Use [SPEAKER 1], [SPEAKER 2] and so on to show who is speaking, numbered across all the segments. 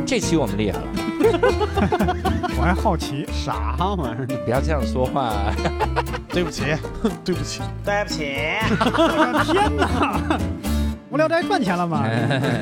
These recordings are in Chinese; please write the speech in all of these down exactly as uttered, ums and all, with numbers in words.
[SPEAKER 1] 这期我们厉害了。
[SPEAKER 2] 我还好奇
[SPEAKER 3] 啥玩意儿？
[SPEAKER 1] 不要这样说话。
[SPEAKER 2] 对不起，对不起，
[SPEAKER 3] 对不起！
[SPEAKER 2] 天哪！无聊斋赚钱了吗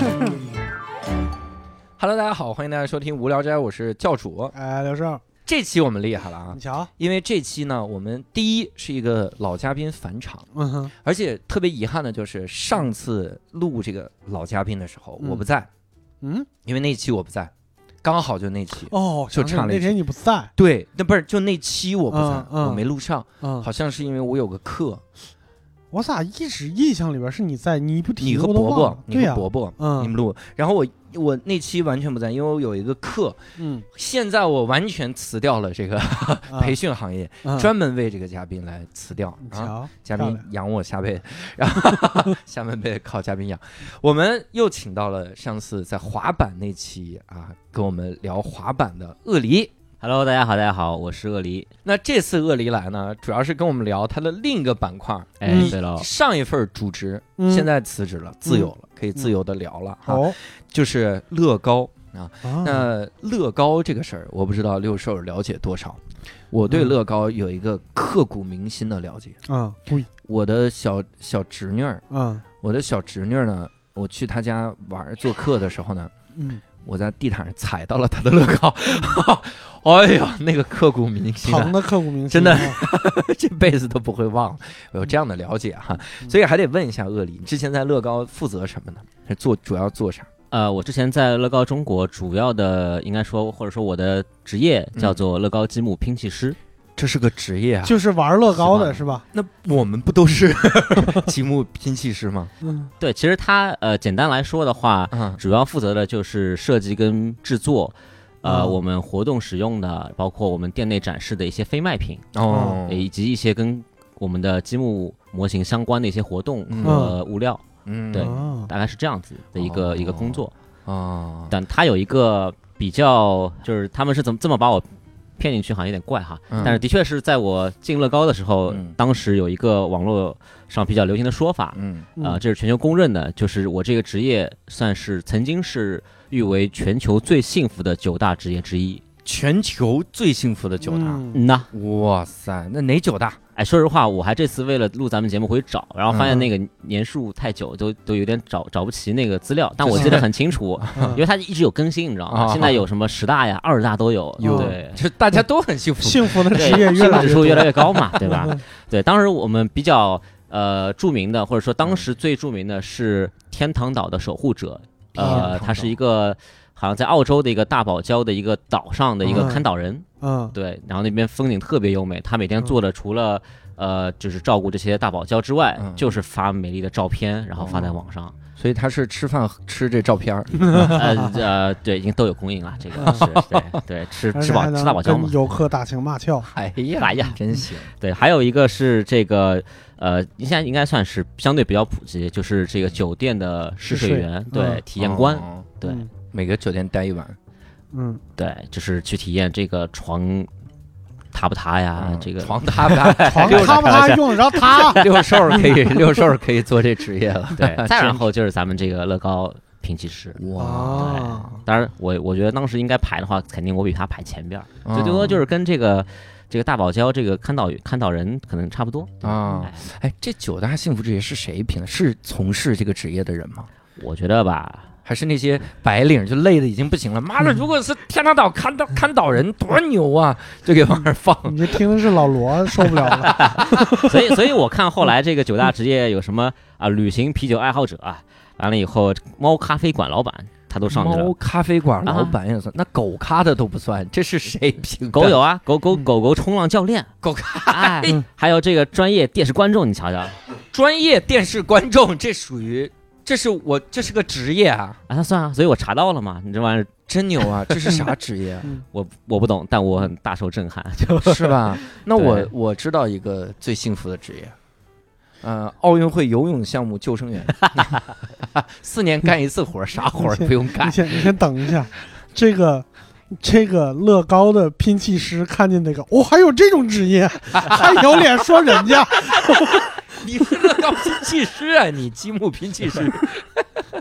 [SPEAKER 1] ？Hello， 大家好，欢迎大家收听无聊斋，我是教主。
[SPEAKER 2] 哎，刘胜，
[SPEAKER 1] 这期我们厉害了啊！
[SPEAKER 2] 你瞧，
[SPEAKER 1] 因为这期呢，我们第一是一个老嘉宾返场，
[SPEAKER 2] 嗯哼，
[SPEAKER 1] 而且特别遗憾的就是上次录这个老嘉宾的时候，嗯、我不在，
[SPEAKER 2] 嗯，
[SPEAKER 1] 因为那期我不在。刚好就那期
[SPEAKER 2] 哦，
[SPEAKER 1] 就差
[SPEAKER 2] 那天你不在，
[SPEAKER 1] 对，那不是就那期我不在，
[SPEAKER 2] 嗯嗯、
[SPEAKER 1] 我没录上，
[SPEAKER 2] 嗯，
[SPEAKER 1] 好像是因为我有个课。
[SPEAKER 2] 我咋一直印象里边是你在，你不提
[SPEAKER 1] 你和伯伯，你和伯伯，
[SPEAKER 2] 嗯，
[SPEAKER 1] 你们录，然后我我那期完全不在，因为我有一个课，
[SPEAKER 2] 嗯，
[SPEAKER 1] 现在我完全辞掉了这个培训行业，
[SPEAKER 2] 嗯、
[SPEAKER 1] 专门为这个嘉宾来辞掉啊，嘉宾养我下辈子，然后下半辈子靠嘉宾养。我们又请到了上次在滑板那期啊，跟我们聊滑板的鳄梨。
[SPEAKER 3] Hello， 大家好，大家好，我是鳄梨。
[SPEAKER 1] 那这次鳄梨来呢，主要是跟我们聊他的另一个板块。
[SPEAKER 3] 哎，对了，
[SPEAKER 1] 上一份主职、嗯、现在辞职了，自由了，嗯、可以自由的聊了。好、嗯，就是乐高啊。啊那乐高这个事儿，我不知道六兽了解多少。我对乐高有一个刻骨铭心的了解。
[SPEAKER 2] 嗯，对，
[SPEAKER 1] 我的小小侄女儿，
[SPEAKER 2] 嗯，
[SPEAKER 1] 我的小侄女儿呢，我去她家玩做客的时候呢，
[SPEAKER 2] 嗯。
[SPEAKER 1] 我在地毯上踩到了他的乐高，哎呀，那个刻骨铭心，
[SPEAKER 2] 疼的刻骨铭心，
[SPEAKER 1] 真的这辈子都不会忘。我有这样的了解哈，
[SPEAKER 2] 嗯、
[SPEAKER 1] 所以还得问一下鳄梨，你之前在乐高负责什么呢？是做主要做啥？
[SPEAKER 3] 呃，我之前在乐高中国主要的应该说或者说我的职业叫做乐高积木拼砌师。嗯，
[SPEAKER 1] 这是个职业啊，
[SPEAKER 2] 就是玩乐高的是吧？
[SPEAKER 1] 那我们不都是积木拼砌师吗？
[SPEAKER 3] 嗯，对，其实它呃简单来说的话，嗯、主要负责的就是设计跟制作，呃，嗯、我们活动使用的，包括我们店内展示的一些非卖品
[SPEAKER 1] 哦，
[SPEAKER 3] 以及一些跟我们的积木模型相关的一些活动和物料，嗯，对，嗯、大概是这样子的一个、哦、一个工作
[SPEAKER 1] 哦。
[SPEAKER 3] 但它有一个比较，就是他们是怎么这么把我骗进去好像有点怪哈，嗯、但是的确是在我进乐高的时候，嗯、当时有一个网络上比较流行的说法，嗯，啊、呃，这是全球公认的，就是我这个职业算是曾经是誉为全球最幸福的九大职业之一。
[SPEAKER 1] 全球最幸福的九大，
[SPEAKER 3] 嗯呐，
[SPEAKER 1] 哇塞，那哪九大？
[SPEAKER 3] 哎，说实话，我还这次为了录咱们节目回去找，然后发现那个年数太久，都都有点找找不齐那个资料，但我记得很清楚，因为它一直有更新，你知道吗？现在有什么十大呀、二十大都有，对，
[SPEAKER 1] 就大家都很幸福，
[SPEAKER 2] 幸福的职业越来
[SPEAKER 3] 指数越来越高嘛，对吧？对，当时我们比较呃著名的，或者说当时最著名的是天堂岛的守护者，呃，它是一个。好像在澳洲的一个大堡礁的一个岛上的一个看岛人，
[SPEAKER 2] 嗯，
[SPEAKER 3] 对，然后那边风景特别优美，他每天做的除了、嗯、呃就是照顾这些大堡礁之外、嗯，就是发美丽的照片，然后发在网上。哦、
[SPEAKER 1] 所以他是吃饭吃这照片儿，
[SPEAKER 3] 呃呃，对，已经都有供应了，这个是对对，吃吃饱吃大堡礁嘛，
[SPEAKER 2] 游客打情骂俏，
[SPEAKER 1] 哎呀哎呀，真行。
[SPEAKER 3] 对，还有一个是这个。呃，现在应该算是相对比较普及，就是这个酒店的试睡员，对、嗯，体验官，哦、对、嗯，
[SPEAKER 1] 每个酒店待一晚，
[SPEAKER 2] 嗯，
[SPEAKER 3] 对，就是去体验这个床塌不塌呀，嗯、这个
[SPEAKER 1] 床塌不塌，
[SPEAKER 2] 床塌不塌用得着塌，
[SPEAKER 1] 六兽可以，六兽可以做这职业了，
[SPEAKER 3] 对，再然后就是咱们这个乐高拼砌师，
[SPEAKER 1] 哇，
[SPEAKER 3] 当然我我觉得当时应该排的话，肯定我比他排前边，最、嗯、多就是跟这个。这个大堡礁，这个看岛看岛人可能差不多
[SPEAKER 1] 啊。哎，这九大幸福职业是谁评的？是从事这个职业的人吗？
[SPEAKER 3] 我觉得吧，
[SPEAKER 1] 还是那些白领就累的已经不行了。妈的，如果是天堂岛看岛看岛人多牛啊，就给往那儿放。
[SPEAKER 2] 你这听的是老罗受不了了。
[SPEAKER 3] 所以，所以我看后来这个九大职业有什么啊？旅行啤酒爱好者啊，完了以后猫咖啡馆老板。他都上去了，
[SPEAKER 1] 猫咖啡馆老板也算，啊、那狗咖的都不算，这是谁评的？
[SPEAKER 3] 狗有啊，狗狗狗狗冲浪教练，
[SPEAKER 1] 狗咖，
[SPEAKER 3] 哎嗯、还有这个专业电视观众，你瞧瞧，
[SPEAKER 1] 专业电视观众，这属于，这是我，这是个职业啊，
[SPEAKER 3] 啊，他算啊，所以我查到了嘛，你这玩意儿
[SPEAKER 1] 真牛啊，这是啥职业、啊？
[SPEAKER 3] 我我不懂，但我很大受震撼，
[SPEAKER 1] 是吧？那我我知道一个最幸福的职业。呃，奥运会游泳项目救生员，四年干一次活，啥活不用干。
[SPEAKER 2] 你先，你先等一下，这个这个乐高的拼砌师看见那个，哦，还有这种职业，还有脸说人家？
[SPEAKER 1] 你是乐高拼砌师啊，你积木拼砌师。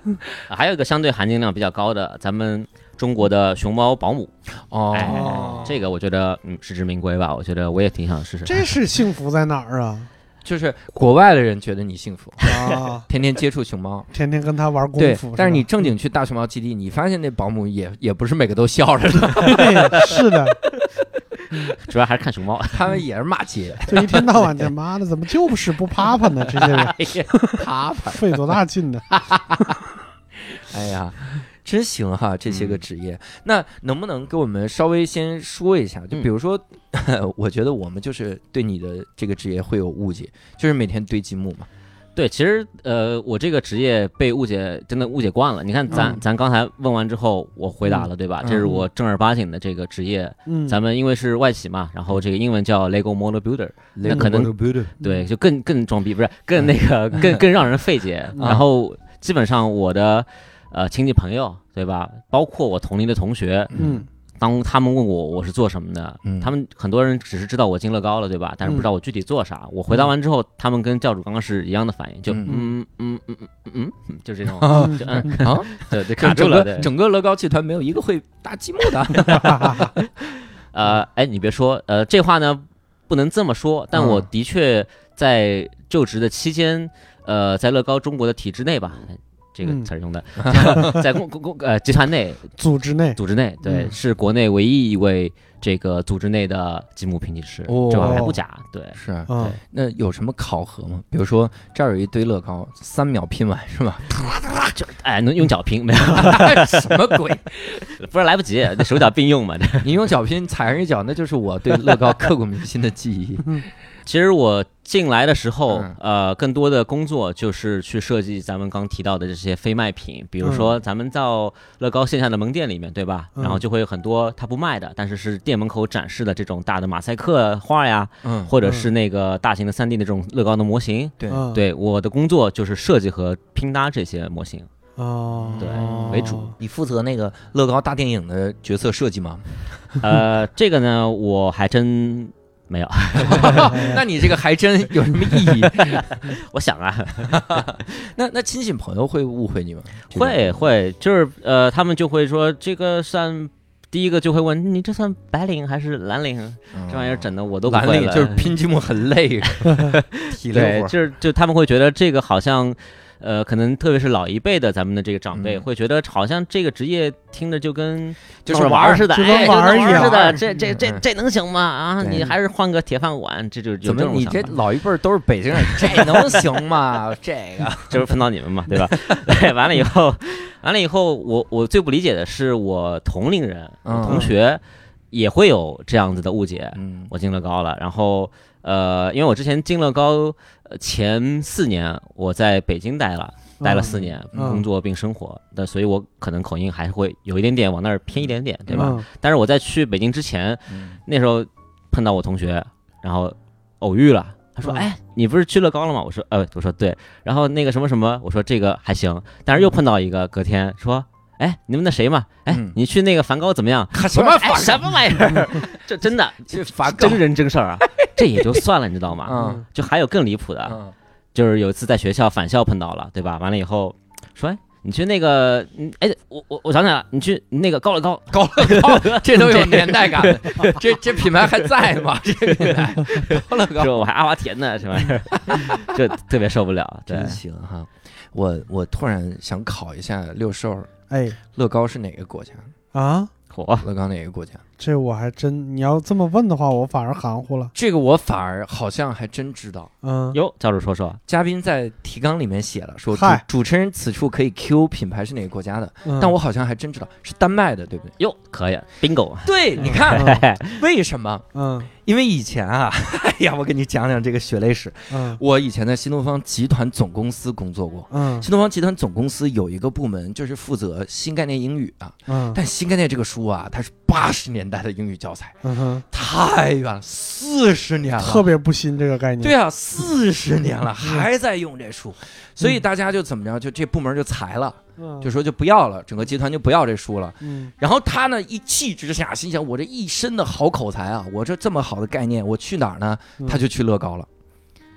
[SPEAKER 3] 还有一个相对含金量比较高的，咱们中国的熊猫保姆。
[SPEAKER 1] 哦、
[SPEAKER 3] 哎，这个我觉得嗯实至名归吧，我觉得我也挺想试试。
[SPEAKER 2] 这是幸福在哪儿啊？
[SPEAKER 1] 就是国外的人觉得你幸福
[SPEAKER 2] 啊，
[SPEAKER 1] 天天接触熊猫，
[SPEAKER 2] 天天跟他玩功夫。
[SPEAKER 1] 但是你正经去大熊猫基地，你发现那保姆也也不是每个都笑着的。
[SPEAKER 2] 对，是的，
[SPEAKER 3] 主要还是看熊猫，
[SPEAKER 1] 他们也是骂街，
[SPEAKER 2] 就一天到晚这妈的怎么就是不啪啪呢？这些人
[SPEAKER 1] 啪啪
[SPEAKER 2] 费多大劲呢？
[SPEAKER 1] 哎呀。真行哈，这些个职业、嗯，那能不能给我们稍微先说一下？就比如说，嗯、我觉得我们就是对你的这个职业会有误解，就是每天堆积木嘛。
[SPEAKER 3] 对，其实呃，我这个职业被误解，真的误解惯了。你看咱，咱、嗯、咱刚才问完之后，我回答了，对吧？嗯、这是我正儿八经的这个职业。嗯，咱们因为是外企嘛，然后这个英文叫 Lego Model Builder， 那可能对，就更更装逼，不是更那个更更让人费解。然后基本上我的。呃，亲戚朋友对吧？包括我同龄的同学，
[SPEAKER 2] 嗯，
[SPEAKER 3] 当他们问我我是做什么的，嗯，他们很多人只是知道我进乐高了，对吧？但是不知道我具体做啥。嗯、我回答完之后，他们跟教主刚刚是一样的反应，就嗯嗯嗯嗯嗯，就这种，就嗯啊，对对，卡住了。对，
[SPEAKER 1] 整个乐高集团没有一个会搭积木的。
[SPEAKER 3] 呃，哎，你别说，呃，这话呢不能这么说，但我的确在就职的期间，呃，在乐高中国的体制内吧。这个词儿用的，嗯、在公公公呃集团内、
[SPEAKER 2] 组织内、
[SPEAKER 3] 组织内，对，嗯、是国内唯一一位这个组织内的积木评级师，
[SPEAKER 1] 哦、
[SPEAKER 3] 这还不假，对，
[SPEAKER 1] 是，对。那有什么考核吗？比如说这儿有一堆乐高，三秒拼完是吧？
[SPEAKER 3] 就哎，能用脚拼没有？
[SPEAKER 1] 什么鬼？
[SPEAKER 3] 不是来不及，那手脚并用嘛。
[SPEAKER 1] 你用脚拼踩上一脚，那就是我对乐高刻骨铭心的记忆。
[SPEAKER 2] 嗯
[SPEAKER 3] 其实我进来的时候，呃，更多的工作就是去设计咱们刚提到的这些非卖品，比如说咱们到乐高线下的门店里面，对吧？然后就会有很多他不卖的，但是是店门口展示的这种大的马赛克画呀，嗯，或者是那个大型的三 D 的这种乐高的模型。
[SPEAKER 1] 对，
[SPEAKER 3] 对，我的工作就是设计和拼搭这些模型。
[SPEAKER 2] 哦，
[SPEAKER 3] 对，为主。
[SPEAKER 1] 你负责那个乐高大电影的角色设计吗？
[SPEAKER 3] 呃，这个呢，我还真。没有，
[SPEAKER 1] 那你这个还真有什么意义？
[SPEAKER 3] 我想啊，
[SPEAKER 1] 那那亲戚朋友会误会你吗？
[SPEAKER 3] 会会，就是呃，他们就会说这个算第一个就会问你这算白领还是蓝领？嗯、这玩意儿整的我都不会了。
[SPEAKER 1] 蓝领就是拼积木很累，体力活。
[SPEAKER 3] 对，就是就他们会觉得这个好像。呃，可能特别是老一辈的咱们的这个长辈、嗯、会觉得，好像这个职业听着就跟
[SPEAKER 1] 就是
[SPEAKER 3] 玩似的，
[SPEAKER 2] 就跟玩一样
[SPEAKER 3] 似的。这这这这能行吗？啊，你还是换个铁饭碗，这就有这种想法。
[SPEAKER 1] 怎么你这老一辈都是北京人，这能行吗？这个
[SPEAKER 3] 就是碰到你们嘛，对吧？对，完了以后，完了以后，我我最不理解的是，我同龄人、嗯、同学也会有这样子的误解。嗯，我进乐高了，然后呃，因为我之前进乐高。前四年我在北京待了，待了四年，嗯、工作并生活，但、嗯、所以我可能口音还会有一点点往那儿偏一点点，对吧？嗯、但是我在去北京之前，嗯、那时候碰到我同学，然后偶遇了，他说：“嗯、哎，你不是去乐高了吗？”我说：“呃，我说对。”然后那个什么什么，我说这个还行，但是又碰到一个，隔天说。哎，你们那谁嘛？哎，嗯、你去那个梵高怎么样？
[SPEAKER 1] 什么梵、
[SPEAKER 3] 哎、什么玩意儿？这真的，
[SPEAKER 1] 这梵高
[SPEAKER 3] 真人真事儿啊！这也就算了，你知道吗？嗯，就还有更离谱的，嗯、就是有一次在学校返校碰到了，对吧？完了以后说，哎，你去那个，哎，我我我想起来了，你去那个高乐高，
[SPEAKER 1] 高乐高，这都有年代感，这这品牌还在吗？这个品牌高乐高，
[SPEAKER 3] 说我还阿华田呢，这玩意儿，这特别受不了。对，
[SPEAKER 1] 真行哈！我我突然想考一下六兽。
[SPEAKER 2] 哎，
[SPEAKER 1] 乐高是哪个国家
[SPEAKER 2] 啊？
[SPEAKER 3] 火，
[SPEAKER 1] 乐高哪个国家？
[SPEAKER 2] 这我还真，你要这么问的话，我反而含糊了。
[SPEAKER 1] 这个我反而好像还真知道。
[SPEAKER 2] 嗯，
[SPEAKER 3] 哟，教主说说，
[SPEAKER 1] 嘉宾在提纲里面写了，说主主持人此处可以 Q 品牌是哪个国家的，
[SPEAKER 2] 嗯、
[SPEAKER 1] 但我好像还真知道是丹麦的，对不对？
[SPEAKER 3] 哟，可以 ，bingo。
[SPEAKER 1] 对，你看，嗯、为什么？
[SPEAKER 2] 嗯。
[SPEAKER 1] 因为以前啊，哎呀，我给你讲讲这个血泪史。嗯，我以前在新东方集团总公司工作过。嗯，新东方集团总公司有一个部门就是负责新概念英语的。嗯，但新概念这个书啊，它是八十年代的英语教材。
[SPEAKER 2] 嗯哼，
[SPEAKER 1] 太远了，四十年了，
[SPEAKER 2] 特别不新这个概念。
[SPEAKER 1] 对啊，四十年了还在用这书，所以大家就怎么着，就这部门就裁了。嗯、就说就不要了，整个集团就不要这书了。嗯，然后他呢一气之下心想，我这一身的好口才啊，我这这么好的概念，我去哪儿呢？他就去乐高了。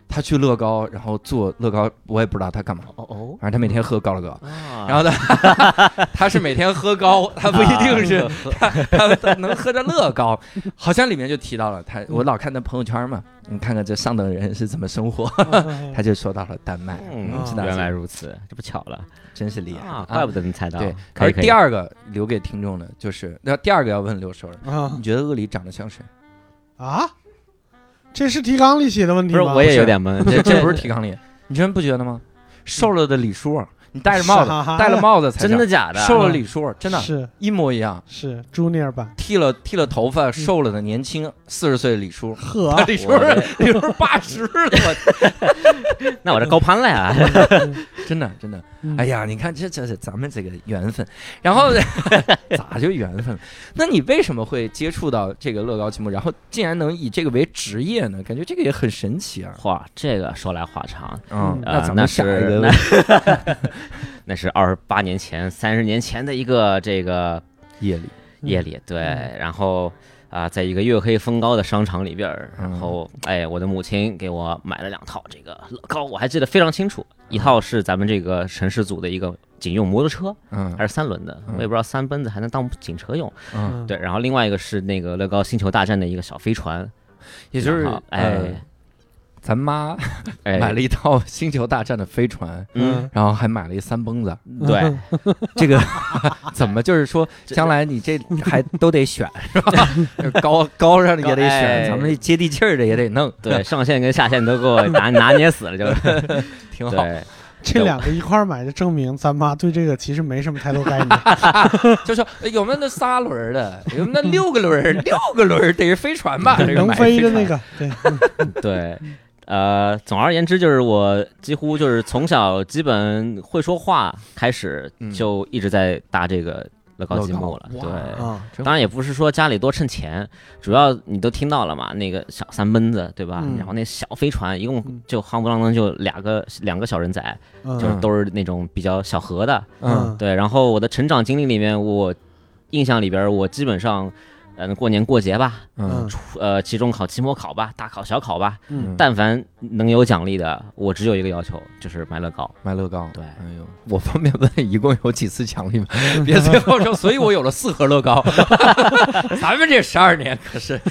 [SPEAKER 1] 他去乐高，然后做乐高，我也不知道他干嘛。
[SPEAKER 3] 哦哦，
[SPEAKER 1] 反正他每天喝高乐高，然后他他是每天喝高，他不一定是他他他能喝着乐高，好像里面就提到了他，我老看他朋友圈嘛，你看看这上等人是怎么生活，他就说到了丹麦。
[SPEAKER 3] 嗯，原来如此，这不巧了，
[SPEAKER 1] 真是厉害
[SPEAKER 3] 啊！怪不得能猜到。
[SPEAKER 1] 对，而第二个留给听众的就是，那第二个要问六兽
[SPEAKER 2] 啊，
[SPEAKER 1] 你觉得鳄梨长得像谁
[SPEAKER 2] 啊？这是提纲里写的问题吗？
[SPEAKER 3] 不是，我也有点懵，
[SPEAKER 1] 这这不是提纲里，你真不觉得吗？瘦了的李叔，你戴着帽子，戴了帽子才
[SPEAKER 3] 真的假的？
[SPEAKER 1] 瘦了李叔，真的
[SPEAKER 2] 是
[SPEAKER 1] 一模一样，
[SPEAKER 2] 是 Junior 版，
[SPEAKER 1] 剃了剃了头发，瘦了的年轻四十岁的李叔，
[SPEAKER 2] 呵，
[SPEAKER 1] 李叔李叔八十了，我
[SPEAKER 3] 那我这高攀了呀，
[SPEAKER 1] 真的真的，哎呀，你看这这是咱们这个缘分，然后咋就缘分了？那你为什么会接触到这个乐高积木，然后竟然能以这个为职业呢？感觉这个也很神奇啊！
[SPEAKER 3] 哇，这个说来话长，
[SPEAKER 1] 嗯，那咱们下一个
[SPEAKER 3] 那那是二十八年前、三十年前的一个这个
[SPEAKER 1] 夜里，
[SPEAKER 3] 夜里对，然后。啊，在一个月黑风高的商场里边，然后哎，我的母亲给我买了两套这个乐高，我还记得非常清楚。一套是咱们这个城市组的一个警用摩托车，嗯，还是三轮的，我也不知道三奔子还能当警车用，嗯，对。然后另外一个是那个乐高星球大战的一个小飞船，
[SPEAKER 1] 也就是
[SPEAKER 3] 哎。
[SPEAKER 1] 咱妈买了一套《星球大战》的飞船，嗯，然后还买了一三蹦子。
[SPEAKER 3] 对，
[SPEAKER 1] 这个怎么就是说，将来你这还都得选是吧？高高上的也得选，咱们这接地气儿的也得弄。
[SPEAKER 3] 对，上线跟下线都给我拿拿捏死了，就
[SPEAKER 1] 挺好。
[SPEAKER 2] 这两个一块买的，证明咱妈对这个其实没什么太多概念。
[SPEAKER 1] 就说有没有那仨轮的，有没有那六个轮，六个轮得是飞船吧？
[SPEAKER 2] 能飞的那个，对
[SPEAKER 3] 对。呃，总而言之，就是我几乎就是从小基本会说话开始，就一直在搭这个乐高积木了。
[SPEAKER 1] 嗯、
[SPEAKER 3] 对、
[SPEAKER 1] 啊，
[SPEAKER 3] 当然也不是说家里多趁钱，主要你都听到了嘛，那个小三奔子，对吧？嗯、然后那小飞船，一共就夯不啷当就两个两个小人仔，嗯、就是都是那种比较小盒的。嗯，对。然后我的成长经历里面，我印象里边，我基本上。嗯，过年过节吧，嗯，呃，期中考、期末考吧，大考、小考吧，嗯，但凡能有奖励的，我只有一个要求，就是买乐高，
[SPEAKER 1] 买乐高。
[SPEAKER 3] 对，
[SPEAKER 1] 哎呦，我方便问一共有几次奖励吗？别最后说，所以我有了四盒乐高。咱们这十二年可是，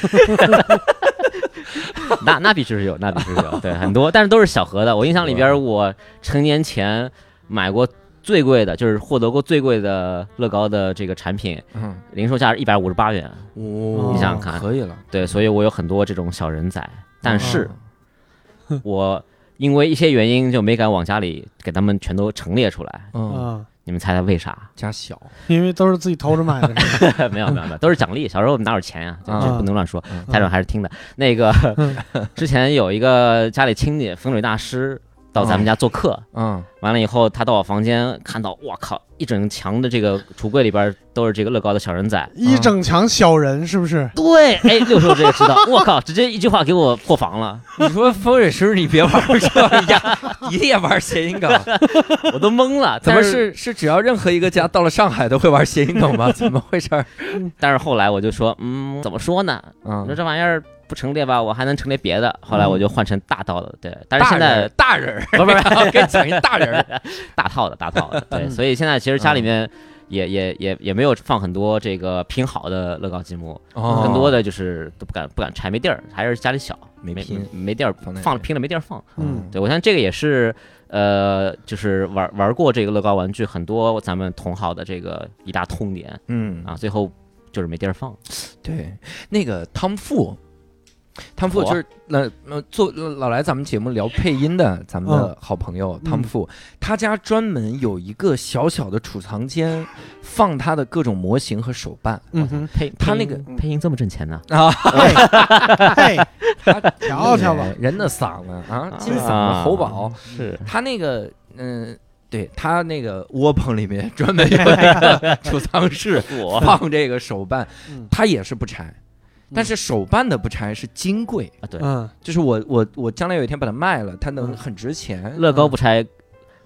[SPEAKER 3] 那那必须是有，那必须是有，对，很多，但是都是小盒的。我印象里边，我成年前买过。最贵的就是获得过最贵的乐高的这个产品，嗯，零售价是一百五十八元，哦，你想想看，
[SPEAKER 1] 可以了，
[SPEAKER 3] 对，所以我有很多这种小人仔，但是，哦、我因为一些原因就没敢往家里给他们全都陈列出来，嗯，你们猜猜为啥？
[SPEAKER 1] 家小，
[SPEAKER 2] 因为都是自己偷着买的，
[SPEAKER 3] 没有没有没有，都是奖励，小时候哪有钱呀、啊，就不能乱说，家长还是听的。那个之前有一个家里亲戚风水大师。到咱们家做客，嗯，完了以后，他到我房间看到，哇靠，一整墙的这个橱柜里边都是这个乐高的小人仔，
[SPEAKER 2] 一整墙小人是不是？
[SPEAKER 3] 对，哎，六叔这个知道，我靠，直接一句话给我破防了。
[SPEAKER 1] 你说风水师，你别玩这呀，你也玩谐音梗，
[SPEAKER 3] 我都懵了。
[SPEAKER 1] 怎么是是只要任何一个家到了上海都会玩谐音梗吗？怎么回事？
[SPEAKER 3] 但是后来我就说，嗯，怎么说呢？嗯，你说这玩意儿。不陈列吧，我还能陈列别的。后来我就换成大套的，对。但是现在
[SPEAKER 1] 大人，
[SPEAKER 3] 不不是，
[SPEAKER 1] 给你讲一大人，
[SPEAKER 3] 大套的大套的，对。所以现在其实家里面也也也也没有放很多这个拼好的乐高积木，更多的就是都不敢不敢拆，没地儿，还是家里小，没拼没地儿放了拼了没地儿放。嗯，对，我想这个也是呃，就是玩玩过这个乐高玩具很多咱们同好的这个一大痛点。嗯啊，最后就是没地儿放。
[SPEAKER 1] 对，那个汤富。汤富就是那呃做老来咱们节目聊配音的咱们的好朋友、嗯、汤富，他家专门有一个小小的储藏间，放他的各种模型和手办。
[SPEAKER 3] 嗯哼，配他那个配音这么挣钱呢
[SPEAKER 2] 啊！嘿，他瞧瞧吧，
[SPEAKER 1] 人的嗓子啊，金嗓子喉宝
[SPEAKER 3] 是
[SPEAKER 1] 他那个嗯。呃对他那个窝棚里面专门有一个储藏室，放这个手办，他也是不拆。但是手办的不拆是金贵啊，对，嗯，就是我我我将来有一天把它卖了，它能很值钱。
[SPEAKER 3] 乐高不拆，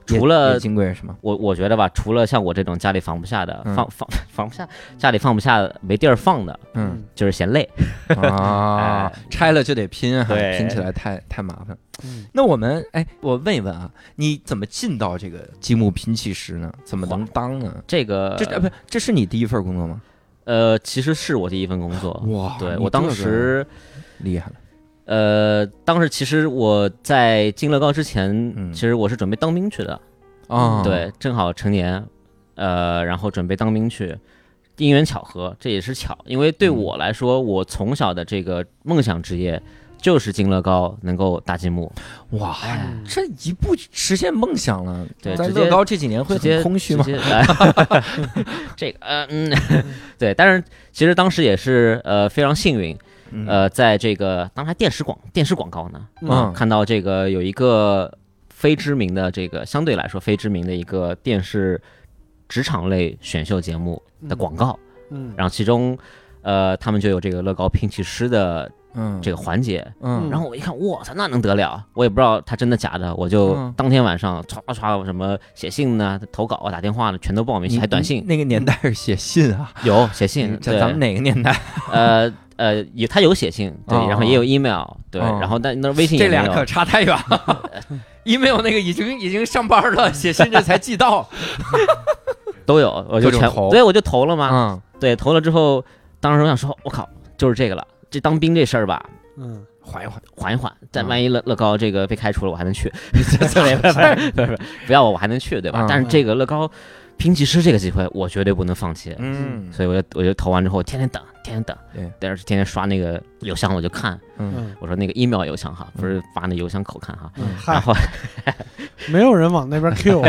[SPEAKER 3] 除了
[SPEAKER 1] 金贵是吗？
[SPEAKER 3] 我我觉得吧，除了像我这种家里放不下的，嗯、放放放不下，家里放不下没地儿放的，
[SPEAKER 1] 嗯，
[SPEAKER 3] 就是嫌累
[SPEAKER 1] 啊，哎、拆了就得拼啊，
[SPEAKER 3] 对，
[SPEAKER 1] 拼起来太太麻烦。嗯、那我们哎，我问一问啊，你怎么进到这个积木拼砌师呢？怎么能当呢？
[SPEAKER 3] 这个
[SPEAKER 1] 这不这是你第一份工作吗？
[SPEAKER 3] 呃，其实是我第一份工作。
[SPEAKER 1] 哇，
[SPEAKER 3] 对我当时
[SPEAKER 1] 厉害了。
[SPEAKER 3] 呃，当时其实我在进乐高之前，嗯、其实我是准备当兵去的。
[SPEAKER 1] 啊、哦，
[SPEAKER 3] 对，正好成年，呃，然后准备当兵去。因缘巧合，这也是巧，因为对我来说，嗯、我从小的这个梦想职业就是进乐高，能够搭积木。
[SPEAKER 1] 哇，哎、这一步实现梦想了。
[SPEAKER 3] 对，
[SPEAKER 1] 在乐高这几年会很空虚吗？
[SPEAKER 3] 这个，呃，嗯，对，但是其实当时也是呃非常幸运，嗯、呃，在这个当时还电视广电视广告呢，嗯，看到这个有一个非知名的这个相对来说非知名的一个电视职场类选秀节目的广告，嗯，然后其中，呃，他们就有这个乐高拼砌师的这个环节，嗯，然后我一看，哇塞，那能得了？我也不知道他真的假的，我就当天晚上唰唰什么写信呢、投稿啊、打电话呢，全都报名，还短信。
[SPEAKER 1] 那个年代是写信啊？
[SPEAKER 3] 有写信，
[SPEAKER 1] 在咱们哪个年代？
[SPEAKER 3] 呃呃，有他有写信，对，然后也有 email， 对，然后但那微信
[SPEAKER 1] 这俩可差太远了。email 那个已经已经上班了，写信这才寄到。
[SPEAKER 3] 都有，我就全
[SPEAKER 1] 投，
[SPEAKER 3] 对，我就投了嘛。
[SPEAKER 1] 嗯，
[SPEAKER 3] 对，投了之后，当时我想说，我靠，就是这个了。这当兵这事儿吧，
[SPEAKER 2] 嗯，
[SPEAKER 1] 缓一缓，
[SPEAKER 3] 缓一缓，但万一乐乐高这个被开除了，我还能去。不不不要我，我还能去，对吧？
[SPEAKER 1] 嗯、
[SPEAKER 3] 但是这个乐高拼砌师这个机会，我绝对不能放弃。
[SPEAKER 1] 嗯，
[SPEAKER 3] 所以我就我就投完之后，天天等，天天等，
[SPEAKER 1] 对，
[SPEAKER 3] 但是天天刷那个邮箱，我就看，
[SPEAKER 1] 嗯，
[SPEAKER 3] 我说那个 email 邮箱哈，不是发那邮箱口看哈，
[SPEAKER 2] 嗯、
[SPEAKER 3] 然后
[SPEAKER 2] 没有人往那边 Q，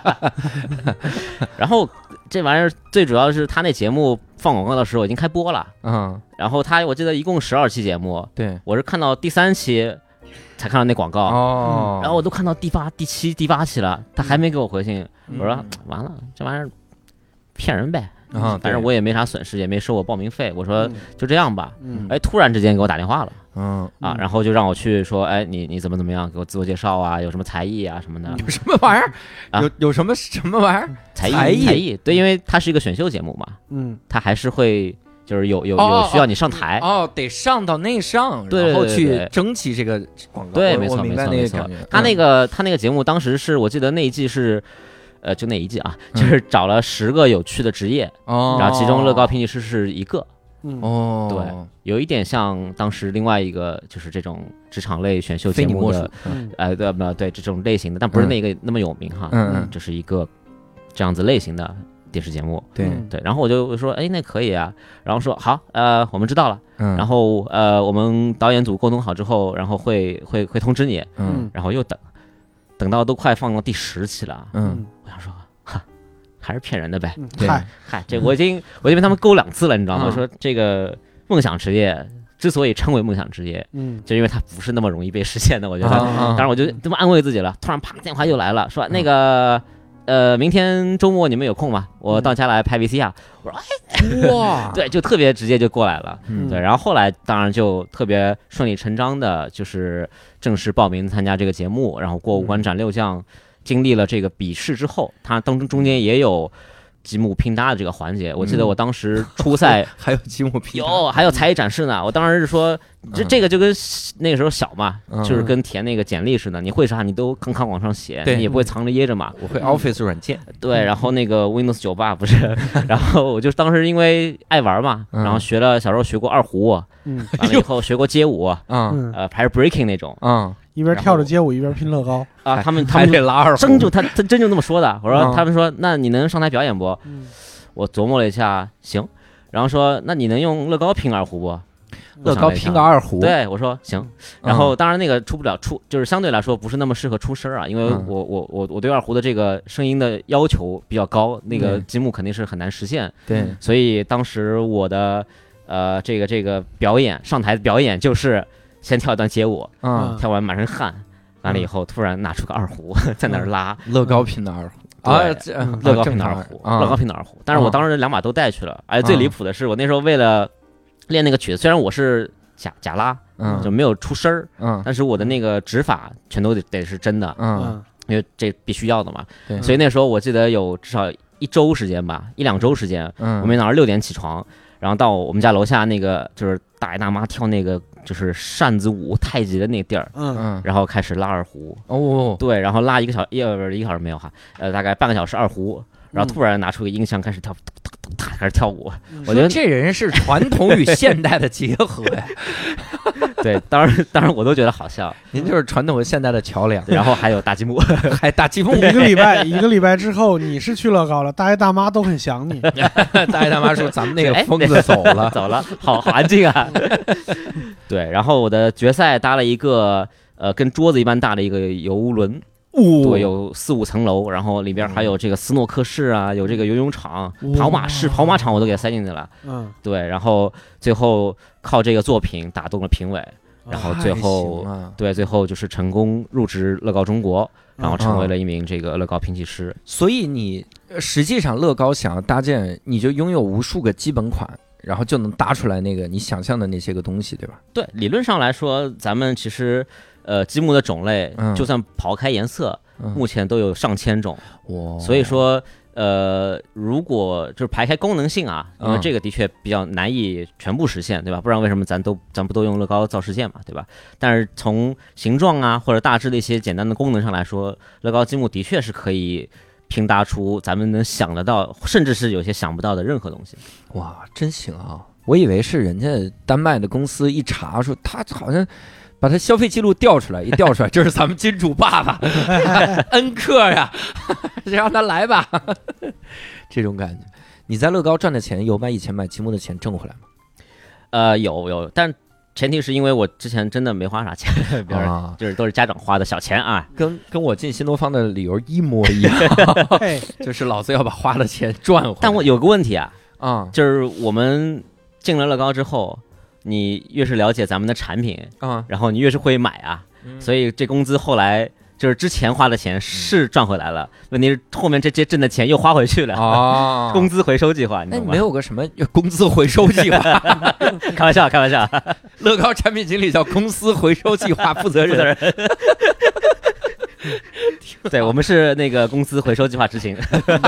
[SPEAKER 3] 然后。这玩意儿最主要是他那节目放广告的时候已经开播了，
[SPEAKER 1] 嗯，
[SPEAKER 3] 然后他我记得一共十二期节目，
[SPEAKER 1] 对，
[SPEAKER 3] 我是看到第三期才看到那广告，
[SPEAKER 1] 哦、
[SPEAKER 3] 嗯，然后我都看到第八、第七、第八期了，他还没给我回信，
[SPEAKER 1] 嗯、
[SPEAKER 3] 我说完了，这玩意儿骗人呗，
[SPEAKER 1] 啊、嗯，
[SPEAKER 3] 反正我也没啥损失，也没收我报名费，我说就这样吧，
[SPEAKER 2] 嗯，
[SPEAKER 3] 哎，突然之间给我打电话了。
[SPEAKER 1] 嗯
[SPEAKER 3] 啊，然后就让我去说，哎，你你怎么怎么样，给我自我介绍啊，有什么才艺啊什么的。
[SPEAKER 1] 有什么玩意儿？啊、有有什么什么玩意儿？
[SPEAKER 3] 才艺
[SPEAKER 1] 才艺
[SPEAKER 3] 才艺，对，因为它是一个选秀节目嘛，
[SPEAKER 2] 嗯，
[SPEAKER 3] 它还是会就是有有有需要你上台，
[SPEAKER 1] 哦，哦得上到内上，
[SPEAKER 3] 对，
[SPEAKER 1] 然后去争取这个广告。
[SPEAKER 3] 对，没错
[SPEAKER 1] 没错
[SPEAKER 3] 没错。
[SPEAKER 1] 嗯、
[SPEAKER 3] 他那个他那个节目当时是我记得那一季是。呃，就那一季啊，就是找了十个有趣的职业，
[SPEAKER 1] 哦、
[SPEAKER 3] 然后其中乐高拼砌师是一个，
[SPEAKER 1] 哦，
[SPEAKER 3] 对，有一点像当时另外一个就是这种职场类选秀节目的，
[SPEAKER 1] 嗯、
[SPEAKER 3] 呃，对不对？这种类型的，但不是那个那么有名哈，
[SPEAKER 1] 嗯嗯，
[SPEAKER 3] 就是一个这样子类型的电视节目，
[SPEAKER 1] 对
[SPEAKER 3] 对。然后我就说，哎，那可以啊，然后说好，呃，我们知道了，
[SPEAKER 1] 嗯，
[SPEAKER 3] 然后呃，我们导演组沟通好之后，然后会会会通知你，
[SPEAKER 1] 嗯，
[SPEAKER 3] 然后又等。等到都快放到第十期了，
[SPEAKER 1] 嗯，
[SPEAKER 3] 我想说，哈，还是骗人的呗。
[SPEAKER 2] 嗨
[SPEAKER 3] 嗨，这我已经我已经被他们勾两次了，你知道吗？说这个梦想职业之所以称为梦想职业，
[SPEAKER 2] 嗯，
[SPEAKER 3] 就因为它不是那么容易被实现的。我觉得，当然我就这么安慰自己了。突然啪，电话又来了，说那个呃，明天周末你们有空吗？我到家来拍 V C R。我说，哎，哇，对，就特别直接就过来了。对，然后后来当然就特别顺理成章的，就是正式报名参加这个节目，然后过五关斩六将。经历了这个笔试之后，他当中中间也有积木拼搭的这个环节。我记得我当时初赛、嗯、
[SPEAKER 1] 还有积木拼搭，
[SPEAKER 3] 有还有才艺展示呢。我当时是说，这这个就跟那个时候小嘛，嗯、就是跟填那个简历似的，你会啥你都吭吭往上写，你也不会藏着掖着嘛。
[SPEAKER 1] 我会 Office 软件，
[SPEAKER 3] 对，然后那个 Windows 九八不是，然后我就当时因为爱玩嘛，然后学了小时候学过二胡，嗯，完了以后学过街舞，嗯，呃，还是 breaking 那种，
[SPEAKER 1] 嗯。
[SPEAKER 2] 一边跳着街舞一边拼乐高
[SPEAKER 3] 啊！他们他们
[SPEAKER 1] 拉二胡，
[SPEAKER 3] 真就他他真就那么说的。我说他们说，那你能上台表演不？我琢磨了一下，行。然后说，那你能用乐高拼二胡不？
[SPEAKER 1] 乐高拼个二胡？
[SPEAKER 3] 对，我说行。然后当然那个出不了出，就是相对来说不是那么适合出声啊，因为我我我我对二胡的这个声音的要求比较高，那个积木肯定是很难实现。
[SPEAKER 1] 对，
[SPEAKER 3] 所以当时我的呃这个这个表演上台的表演就是。先跳一段街舞，嗯，跳完满身汗，完了以后突然拿出个二胡在那儿拉，
[SPEAKER 1] 乐高拼的二胡
[SPEAKER 3] 啊，乐高拼的二胡，乐高拼的二胡。但是我当时两把都带去了，而且最离谱的是，我那时候为了练那个曲子，虽然我是假假拉，嗯，就没有出声儿，嗯，但是我的那个指法全都得得是真的，嗯， 因为这必须要的嘛。所以那时候我记得有至少一周时间吧，一两周时间，嗯、我每早上六点起床，然后到我们家楼下那个就是大爷大妈跳那个就是扇子舞太极的那个地儿，嗯嗯，然后开始拉二胡。哦，对，然后拉一个小一呃一个小时没有哈，呃大概半个小时二胡。然后突然拿出个音箱开始跳，开始跳舞。我觉得
[SPEAKER 1] 这人是传统与现代的结合呀。
[SPEAKER 3] 对，当然当然我都觉得好笑。
[SPEAKER 1] 您就是传统和现代的桥梁。
[SPEAKER 3] 然后还有大积木，
[SPEAKER 1] 还大积木。
[SPEAKER 2] 一个礼拜一个礼拜之后，你是去乐高了，大爷大妈都很想你。
[SPEAKER 1] 大爷大妈说：“咱们那个疯子走了，
[SPEAKER 3] 走了，好好安静啊。”对，然后我的决赛搭了一个呃跟桌子一般大的一个游轮。对，有四五层楼，然后里边还有这个斯诺克室啊，有这个游泳场、跑马室、跑马场我都给它塞进去了。嗯，对，然后最后靠这个作品打动了评委，然后最后对，最后就是成功入职乐高中国，然后成为了一名这个乐高拼砌师。
[SPEAKER 1] 所以你实际上乐高想要搭建，你就拥有无数个基本款。然后就能搭出来那个你想象的那些个东西，对吧？
[SPEAKER 3] 对，理论上来说，咱们其实呃积木的种类，嗯、就算刨开颜色，嗯、目前都有上千种。哇！所以说，呃，如果就是排开功能性啊，因为这个的确比较难以全部实现，对吧？不然为什么咱都咱不都用乐高造世界嘛，对吧？但是从形状啊或者大致的一些简单的功能上来说，乐高积木的确是可以拼搭出咱们能想得到，甚至是有些想不到的任何东西。
[SPEAKER 1] 哇，真行啊！我以为是人家丹麦的公司一查说他好像把他消费记录调出来，一调出来这是咱们金主爸爸恩客呀，让他来吧。这种感觉。你在乐高赚的钱有把以前买积木的钱挣回来吗？
[SPEAKER 3] 呃，有有，但前提是因为我之前真的没花啥钱，别人就是都是家长花的小钱啊，
[SPEAKER 1] 跟跟我进新东方的理由一模一样，就是老子要把花的钱赚回来。
[SPEAKER 3] 但我有个问题啊，啊、嗯，就是我们进了乐高之后，你越是了解咱们的产品啊、嗯，然后你越是会买啊，嗯、所以这工资后来就是之前花的钱是赚回来了，嗯、问题是后面这些挣的钱又花回去了啊，工资回收计划，你懂吗？
[SPEAKER 1] 那没有个什么工资回收计划？
[SPEAKER 3] 开玩笑，开玩笑。
[SPEAKER 1] 乐高产品经理叫公司回收计划负责人。
[SPEAKER 3] 对，我们是那个公司回收计划执行。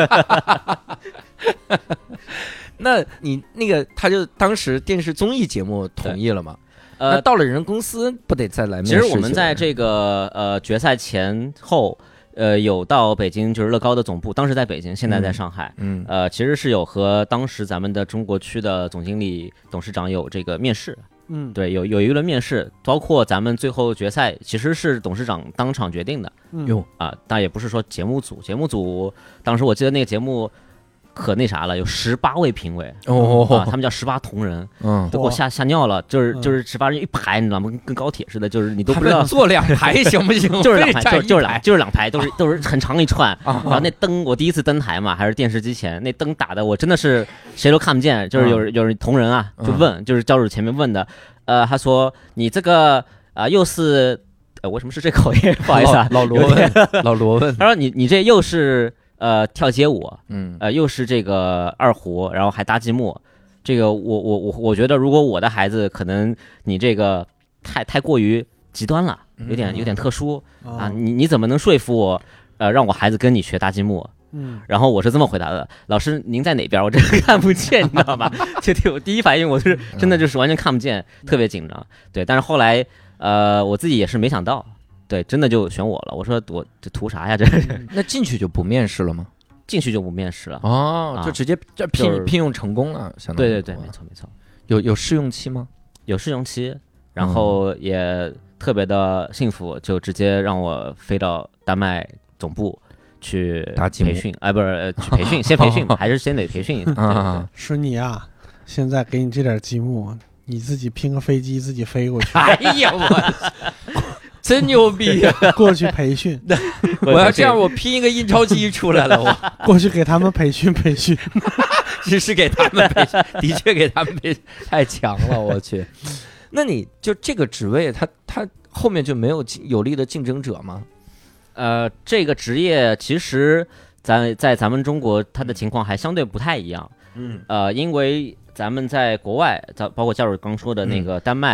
[SPEAKER 1] 那你那个他就当时电视综艺节目同意了吗？呃，那到了人公司不得再来面试？
[SPEAKER 3] 其实我们在这个呃决赛前后，呃有到北京，就是乐高的总部，当时在北京，现在在上海。嗯，呃，其实是有和当时咱们的中国区的总经理、董事长有这个面试。嗯，对，有有一轮面试，包括咱们最后决赛，其实是董事长当场决定的。
[SPEAKER 1] 哟、
[SPEAKER 3] 嗯、啊，但也不是说节目组，节目组当时我记得那个节目。可那啥了，有十八位评委哦、啊，他们叫十八铜人，嗯，都给我吓吓尿了，就是就是十八人一排，你知道吗？跟高铁似的，就是你都不知道
[SPEAKER 1] 坐两排行不行？
[SPEAKER 3] 就是两排，就是就是两就是两排，都是都是很长一串。然后那灯，我第一次登台嘛，还是电视机前，那灯打的我真的是谁都看不见，就是有有人铜人啊，就问，就是教主前面问的，呃，他说你这个啊、呃、又是呃为什么是这口音？不好意思啊，
[SPEAKER 1] 老罗问，老罗问，
[SPEAKER 3] 他说你你这又是。呃，跳街舞，嗯，呃，又是这个二胡，然后还搭积木，这个我我我我觉得，如果我的孩子可能你这个太太过于极端了，有点有点特殊、嗯、啊，你你怎么能说服我，呃，让我孩子跟你学搭积木？嗯，然后我是这么回答的，老师您在哪边？我真的看不见，你知道吗？就我第一反应我是真的就是完全看不见，特别紧张。对，但是后来呃，我自己也是没想到。对，真的就选我了。我说我这图啥呀？这是
[SPEAKER 1] 那进去就不面试了吗？
[SPEAKER 3] 进去就不面试了
[SPEAKER 1] 哦，啊、就直接这聘、就是、聘用成功了，相当于
[SPEAKER 3] 对对对，没错没错。
[SPEAKER 1] 有有试用期吗？
[SPEAKER 3] 有试用期，然后也特别的幸福，就直接让我飞到丹麦总部去培训，哎，不是去培训，先培训，还是先得培训啊。
[SPEAKER 2] 是你啊，现在给你这点积木，你自己拼个飞机自己飞过去。
[SPEAKER 1] 哎呀我。真牛逼、啊！
[SPEAKER 2] 过去培训，
[SPEAKER 1] 我要这样，我拼一个印钞机出来了。我
[SPEAKER 2] 过去给他们培训培训，
[SPEAKER 1] 只是给他们培训，的确给他们培训，太强了，我去。那你就这个职位，他他后面就没有有力的竞争者吗？
[SPEAKER 3] 呃，这个职业其实咱在咱们中国，它的情况还相对不太一样。嗯，呃，因为咱们在国外，包括教授刚说的那个丹麦。嗯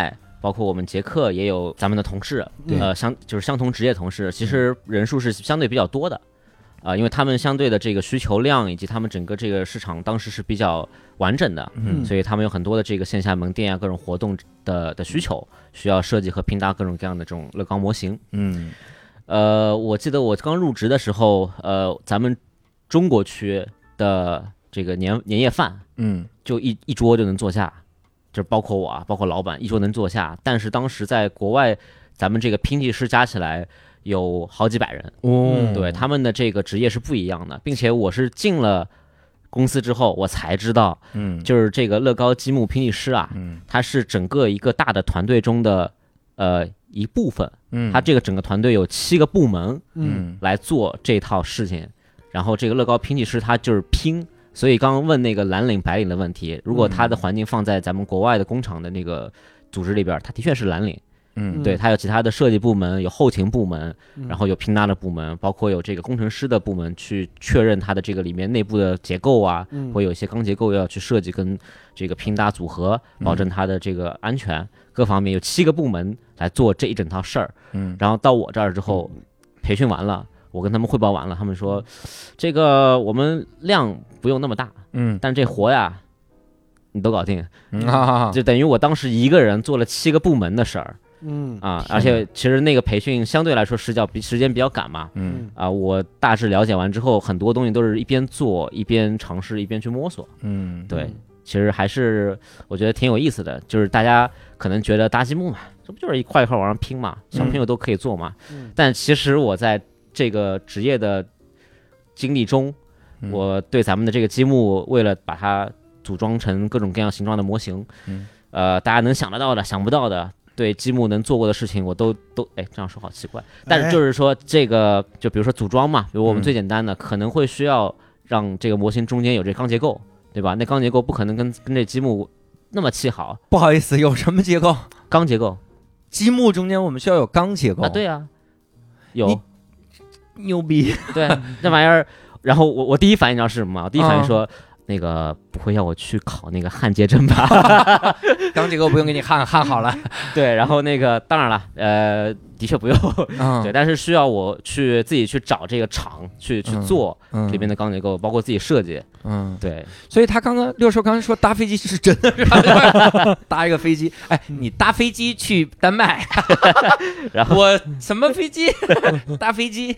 [SPEAKER 3] 包括我们捷克也有咱们的同事，呃，相就是相同职业同事，其实人数是相对比较多的，啊、呃，因为他们相对的这个需求量以及他们整个这个市场当时是比较完整的，嗯，所以他们有很多的这个线下门店啊，各种活动的的需求，需要设计和拼搭各种各样的这种乐高模型，嗯，呃，我记得我刚入职的时候，呃，咱们中国区的这个年年夜饭，嗯，就一一桌就能坐下。就是包括我啊，包括老板，一桌能坐下。但是当时在国外，咱们这个拼砌师加起来有好几百人，哦，对，他们的这个职业是不一样的，并且我是进了公司之后，我才知道，嗯，就是这个乐高积木拼砌师啊，嗯，它是整个一个大的团队中的呃一部分，嗯，它这个整个团队有七个部门，嗯，来做这套事情，然后这个乐高拼砌师他就是拼。所以刚刚问那个蓝领白领的问题，如果他的环境放在咱们国外的工厂的那个组织里边，他的确是蓝领，嗯，对，他有其他的设计部门，有后勤部门，然后有拼搭的部门，包括有这个工程师的部门去确认它的这个里面内部的结构啊，会有一些钢结构要去设计跟这个拼搭组合，保证它的这个安全，各方面有七个部门来做这一整套事儿，嗯，然后到我这儿之后，培训完了。我跟他们汇报完了，他们说，这个我们量不用那么大，嗯，但这活呀，你都搞定，嗯，就等于我当时一个人做了七个部门的事儿，嗯啊，而且其实那个培训相对来说时较比时间比较赶嘛，嗯啊，我大致了解完之后，很多东西都是一边做一边尝试一边去摸索，嗯，对，其实还是我觉得挺有意思的，就是大家可能觉得搭积木嘛，这不就是一块一块往上拼嘛，小朋友都可以做嘛，嗯，但其实我在这个职业的经历中，我对咱们的这个积木，为了把它组装成各种各样形状的模型，嗯，呃，大家能想得到的、想不到的，对积木能做过的事情，我都都，哎，这样说好奇怪。但是就是说，这个就比如说组装嘛，比如我们最简单的，可能会需要让这个模型中间有这钢结构，对吧？那钢结构不可能跟跟这积木那么砌好。
[SPEAKER 1] 不好意思，有什么结构？
[SPEAKER 3] 钢结构。
[SPEAKER 1] 积木中间我们需要有钢结构
[SPEAKER 3] 啊？对啊，有。
[SPEAKER 1] 牛逼，
[SPEAKER 3] 对，那玩意儿，然后我我第一反应知道是什么吗？我第一反应说，嗯、那个不会要我去考那个焊接证吧？
[SPEAKER 1] 钢结构不用给你焊，焊好了。
[SPEAKER 3] 对，然后那个当然了，呃，的确不用，嗯、对，但是需要我去自己去找这个厂去去做里面的钢结构，嗯、包括自己设计。嗯，对，
[SPEAKER 1] 所以他刚刚六叔刚才说搭飞机是真的是吧？搭一个飞机，哎，你搭飞机去丹麦，
[SPEAKER 3] 然后
[SPEAKER 1] 我什么飞机？搭飞机。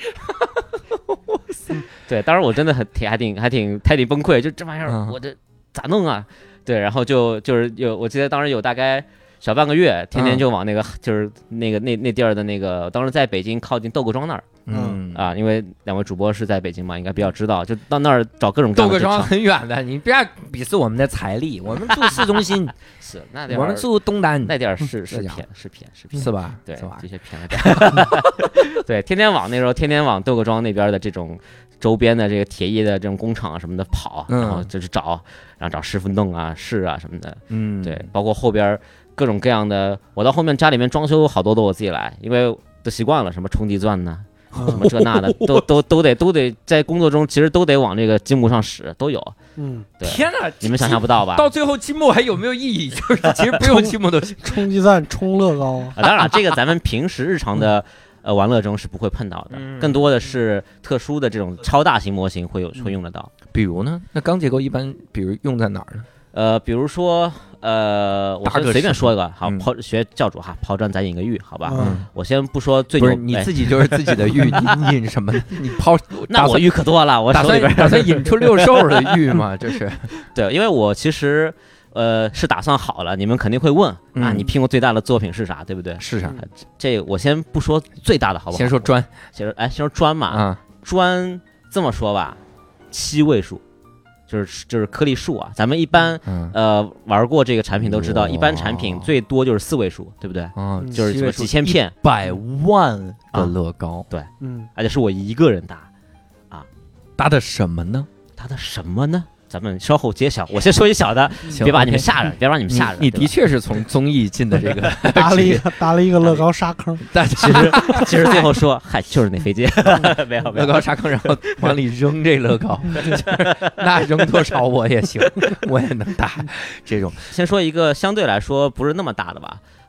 [SPEAKER 3] 对，当时我真的很挺还挺还挺还挺崩溃，就这玩意儿，嗯、我这咋弄啊？对，然后就就是有，我记得当时有大概小半个月，天天就往那个、嗯、就是那个那那地儿的那个，当时在北京靠近窦各庄那儿。嗯啊，因为两位主播是在北京嘛，应该比较知道，就到那儿找各种各样的。
[SPEAKER 1] 窦各庄很远的，你不要鄙视我们的财力，我们住市中心，
[SPEAKER 3] 是那地儿，
[SPEAKER 1] 我们住东单，
[SPEAKER 3] 那地儿是是偏是偏是偏，
[SPEAKER 1] 是吧？
[SPEAKER 3] 对，的确偏了点。对，天天往那时候天天往窦各庄那边的这种周边的这个铁艺的这种工厂什么的跑，然后就是找，然后找师傅弄啊试啊什么的。嗯，对，包括后边各种各样的，我到后面家里面装修好多都我自己来，因为都习惯了，什么冲地钻呢。什么这那的都都都得都得在工作中，其实都得往这个积木上使，都有。嗯，对。
[SPEAKER 1] 天哪，
[SPEAKER 3] 你们想象不到吧？
[SPEAKER 1] 到最后积木还有没有意义？就是其实不用积木都行，
[SPEAKER 2] 冲击钻、冲乐高啊。
[SPEAKER 3] 当然，这个咱们平时日常的呃玩乐中是不会碰到的，更多的是特殊的这种超大型模型会有会用得到。
[SPEAKER 1] 比如呢？那钢结构一般比如用在哪儿呢？
[SPEAKER 3] 呃，比如说，呃，我先随便说一个，好，抛学教主哈，抛砖咱引个玉，好吧？嗯，我先不说最
[SPEAKER 1] 不是你自己就是自己的玉，你引什么？你抛
[SPEAKER 3] 那我玉可多了，我
[SPEAKER 1] 打算打算引出六兽的玉嘛？这是
[SPEAKER 3] 对，因为我其实呃是打算好了，你们肯定会问啊，你拼过最大的作品是啥？对不对？
[SPEAKER 1] 是啥？
[SPEAKER 3] 这我先不说最大的，好不好？
[SPEAKER 1] 先说砖，
[SPEAKER 3] 先说哎，先说砖嘛，啊，砖这么说吧，七位数。就是就是颗粒数啊，咱们一般、嗯、呃玩过这个产品都知道，一般产品最多就是四位数，对不对？嗯，就是什么几千片、
[SPEAKER 1] 百万的乐高，
[SPEAKER 3] 啊、对，嗯，而且是我一个人搭，啊，
[SPEAKER 1] 搭的什么呢？
[SPEAKER 3] 搭的什么呢？咱们稍后揭晓。我先说一小的，别把你们吓着，别让你们吓着。
[SPEAKER 1] 你的确是从综艺进的这个，
[SPEAKER 2] 搭了一个搭了一个乐高沙坑，
[SPEAKER 3] 但其实其实最后说，嗨，就是那飞机，没有没有
[SPEAKER 1] 乐高沙坑，然后往里扔这乐高，那扔多少我也行，我也能搭这种。
[SPEAKER 3] 先说一个相对来说不是那么大的吧。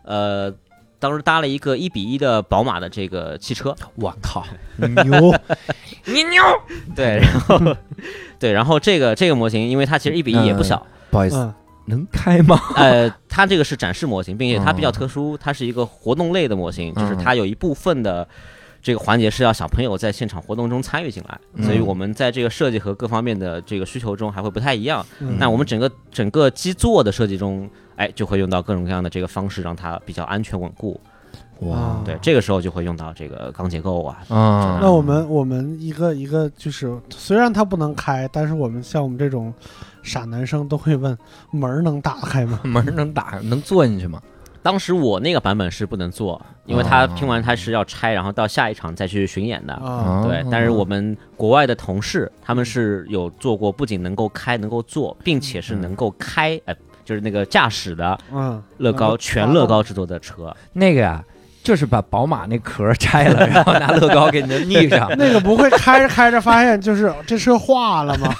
[SPEAKER 3] 呃，当时搭了一个一比一的宝马的这个汽车，
[SPEAKER 1] 我靠，
[SPEAKER 2] 牛，
[SPEAKER 1] 你牛，
[SPEAKER 3] 对，然后对，然后这个这个模型，因为它其实一比一也不小，
[SPEAKER 1] 嗯、不好意思。嗯能开吗？
[SPEAKER 3] 呃，它这个是展示模型，并且它比较特殊，它是一个活动类的模型，就是它有一部分的这个环节是要小朋友在现场活动中参与进来，嗯、所以我们在这个设计和各方面的这个需求中还会不太一样。嗯、那我们整个整个基座的设计中，哎，就会用到各种各样的这个方式，让它比较安全稳固。哇，对，这个时候就会用到这个钢结构啊。
[SPEAKER 2] 嗯，那我们我们一个一个就是，虽然它不能开，但是我们像我们这种傻男生都会问：门能打开吗？
[SPEAKER 1] 门能打，能坐进去吗？
[SPEAKER 3] 当时我那个版本是不能坐，因为他拼完他是要拆，然后到下一场再去巡演的。
[SPEAKER 2] 啊、
[SPEAKER 3] 对，但是我们国外的同事他们是有做过，不仅能够开，能够坐，并且是能够开，哎、呃，就是那个驾驶的，嗯，乐高全乐高制作的车，
[SPEAKER 1] 那个呀。就是把宝马那壳拆了，然后拿乐高给你腻上。
[SPEAKER 2] 那个不会开着开着发现就是这车化了吗？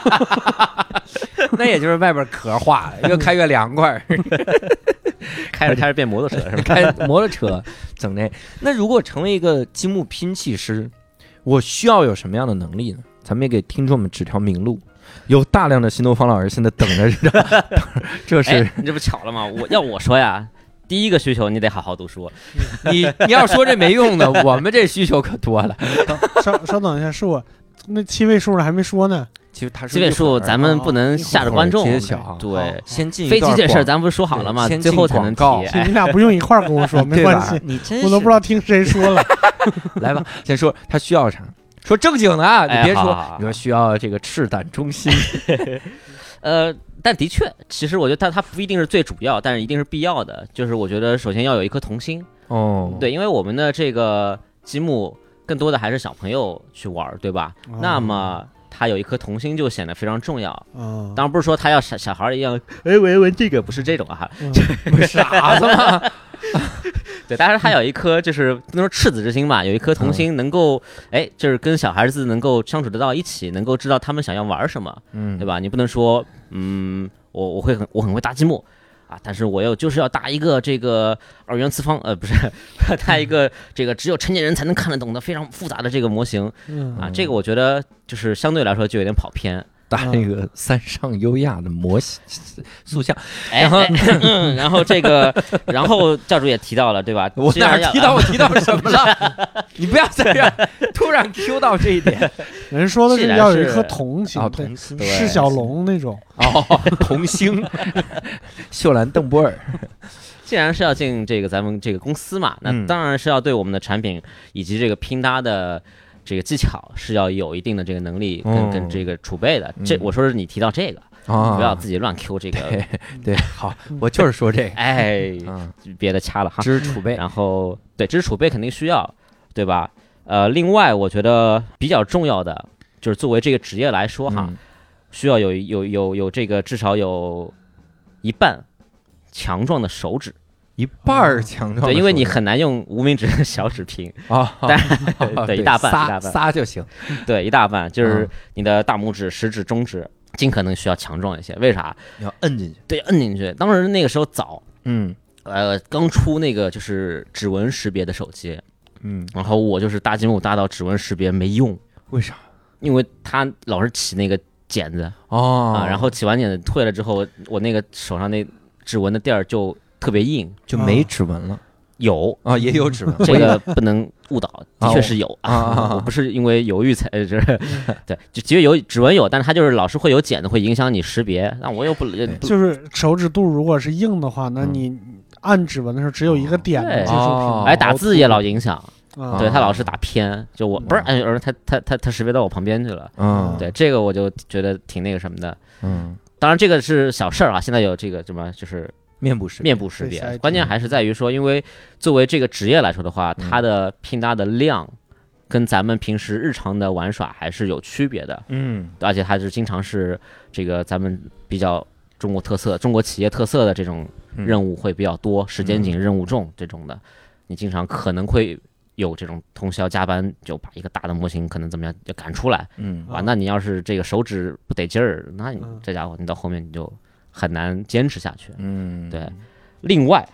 [SPEAKER 1] 那也就是外边壳化了，越开越凉快。
[SPEAKER 3] 开着开着变摩托车是吧？
[SPEAKER 1] 开摩托车整那。那如果成为一个积木拼砌师，我需要有什么样的能力呢？咱们也给听众们指条明路。有大量的新东方老师现在等着着，这是、
[SPEAKER 3] 哎、你这不巧了吗？我要我说呀。第一个需求，你得好好读书。
[SPEAKER 1] 你你要说这没用的，我们这需求可多了。
[SPEAKER 2] 稍稍等一下，是我那七位数的还没说呢。
[SPEAKER 1] 其实他是
[SPEAKER 3] 七位数，咱们不能吓着观众。
[SPEAKER 1] 揭晓，
[SPEAKER 3] 对，
[SPEAKER 1] 先进
[SPEAKER 3] 飞机这事儿，咱不是说好了吗？最后才能提。
[SPEAKER 2] 你俩不用一块儿跟我说，没关系。
[SPEAKER 1] 你真
[SPEAKER 2] 我都不知道听谁说了。
[SPEAKER 1] 来吧，先说他需要啥？说正经的啊，你别说，你说需要这个赤胆忠心。
[SPEAKER 3] 呃。但的确，其实我觉得它它不一定是最主要，但是一定是必要的。就是我觉得首先要有一颗童心
[SPEAKER 1] 哦，
[SPEAKER 3] 对，因为我们的这个积木更多的还是小朋友去玩，对吧？哦、那么他有一颗童心就显得非常重要。哦、当然不是说他要小小孩一样，哎，我闻这个不是这种啊，
[SPEAKER 1] 嗯、傻子吗？
[SPEAKER 3] 对，但是他有一颗就是不能说赤子之心吧，有一颗童心，能够哎、嗯，就是跟小孩子能够相处得到一起，能够知道他们想要玩什么，嗯，对吧？你不能说，嗯，我我会很我很会搭积木啊，但是我又就是要搭一个这个二元次方，呃，不是，搭一个这个只有成年人才能看得懂的非常复杂的这个模型，嗯啊，这个我觉得就是相对来说就有点跑偏。
[SPEAKER 1] 搭那个三上优雅的模型塑像，
[SPEAKER 3] 然后、哎哎嗯、然后这个，然后教主也提到了，对吧？
[SPEAKER 1] 我哪提到我提到什么了？你不要在这儿突然 Q 到这一点。
[SPEAKER 2] 人说的是要有一颗童心，
[SPEAKER 1] 哦、童心
[SPEAKER 2] 释小龙那种
[SPEAKER 1] 哦，童星，秀兰邓波尔。
[SPEAKER 3] 既然是要进这个咱们这个公司嘛，那当然是要对我们的产品以及这个拼搭的。这个技巧是要有一定的这个能力跟、哦、跟这个储备的，这我说是你提到这个，哦、不要自己乱 Q 这个。
[SPEAKER 1] 对，对好，我就是说这个，
[SPEAKER 3] 哎，嗯、别的掐了哈。
[SPEAKER 1] 知识储备，
[SPEAKER 3] 然后对知识储备肯定需要，对吧？呃，另外我觉得比较重要的就是作为这个职业来说哈，嗯、需要有有有有这个至少有一半强壮的手指。
[SPEAKER 1] 一半强壮，
[SPEAKER 3] 对，因为你很难用无名指的小指拼啊，但对一大半，一大半
[SPEAKER 1] 仨就行，
[SPEAKER 3] 对一大半就是你的大拇指、食指、中指，尽可能需要强壮一些。为啥？
[SPEAKER 1] 你要摁进去，
[SPEAKER 3] 对，摁进去。当时那个时候早，
[SPEAKER 1] 嗯，
[SPEAKER 3] 呃，刚出那个就是指纹识别的手机，
[SPEAKER 1] 嗯，
[SPEAKER 3] 然后我就是搭积木搭到指纹识别没用，
[SPEAKER 1] 为啥？
[SPEAKER 3] 因为它老是起那个茧子
[SPEAKER 1] 哦、
[SPEAKER 3] 啊，然后起完茧子退了之后，我那个手上那指纹的地儿就。特别硬，
[SPEAKER 1] 就没指纹了。
[SPEAKER 3] 有
[SPEAKER 1] 啊，也有指纹，
[SPEAKER 3] 这个不能误导，的确是有啊。我不是因为犹豫才，就是对，就其实有指纹有，但是它就是老是会有茧的，会影响你识别。那我又不
[SPEAKER 2] 就是手指肚如果是硬的话，那你按指纹的时候只有一个点的技术屏，
[SPEAKER 3] 哎，打字也老影响。对他老是打偏，就我不是，哎，他他他他识别到我旁边去了。嗯，对，这个我就觉得挺那个什么的。
[SPEAKER 1] 嗯，
[SPEAKER 3] 当然这个是小事儿啊，现在有这个什么就是。
[SPEAKER 1] 面部识
[SPEAKER 3] 面部识别，关键还是在于说，因为作为这个职业来说的话，它的拼搭的量跟咱们平时日常的玩耍还是有区别的。
[SPEAKER 1] 嗯，
[SPEAKER 3] 而且它是经常是这个咱们比较中国特色、中国企业特色的这种任务会比较多，时间紧、任务重这种的，你经常可能会有这种通宵加班，就把一个大的模型可能怎么样就赶出来。
[SPEAKER 1] 嗯，
[SPEAKER 3] 哇，那你要是这个手指不得劲儿，那你这家伙你到后面你就。很难坚持下去，
[SPEAKER 1] 嗯，
[SPEAKER 3] 对。另外，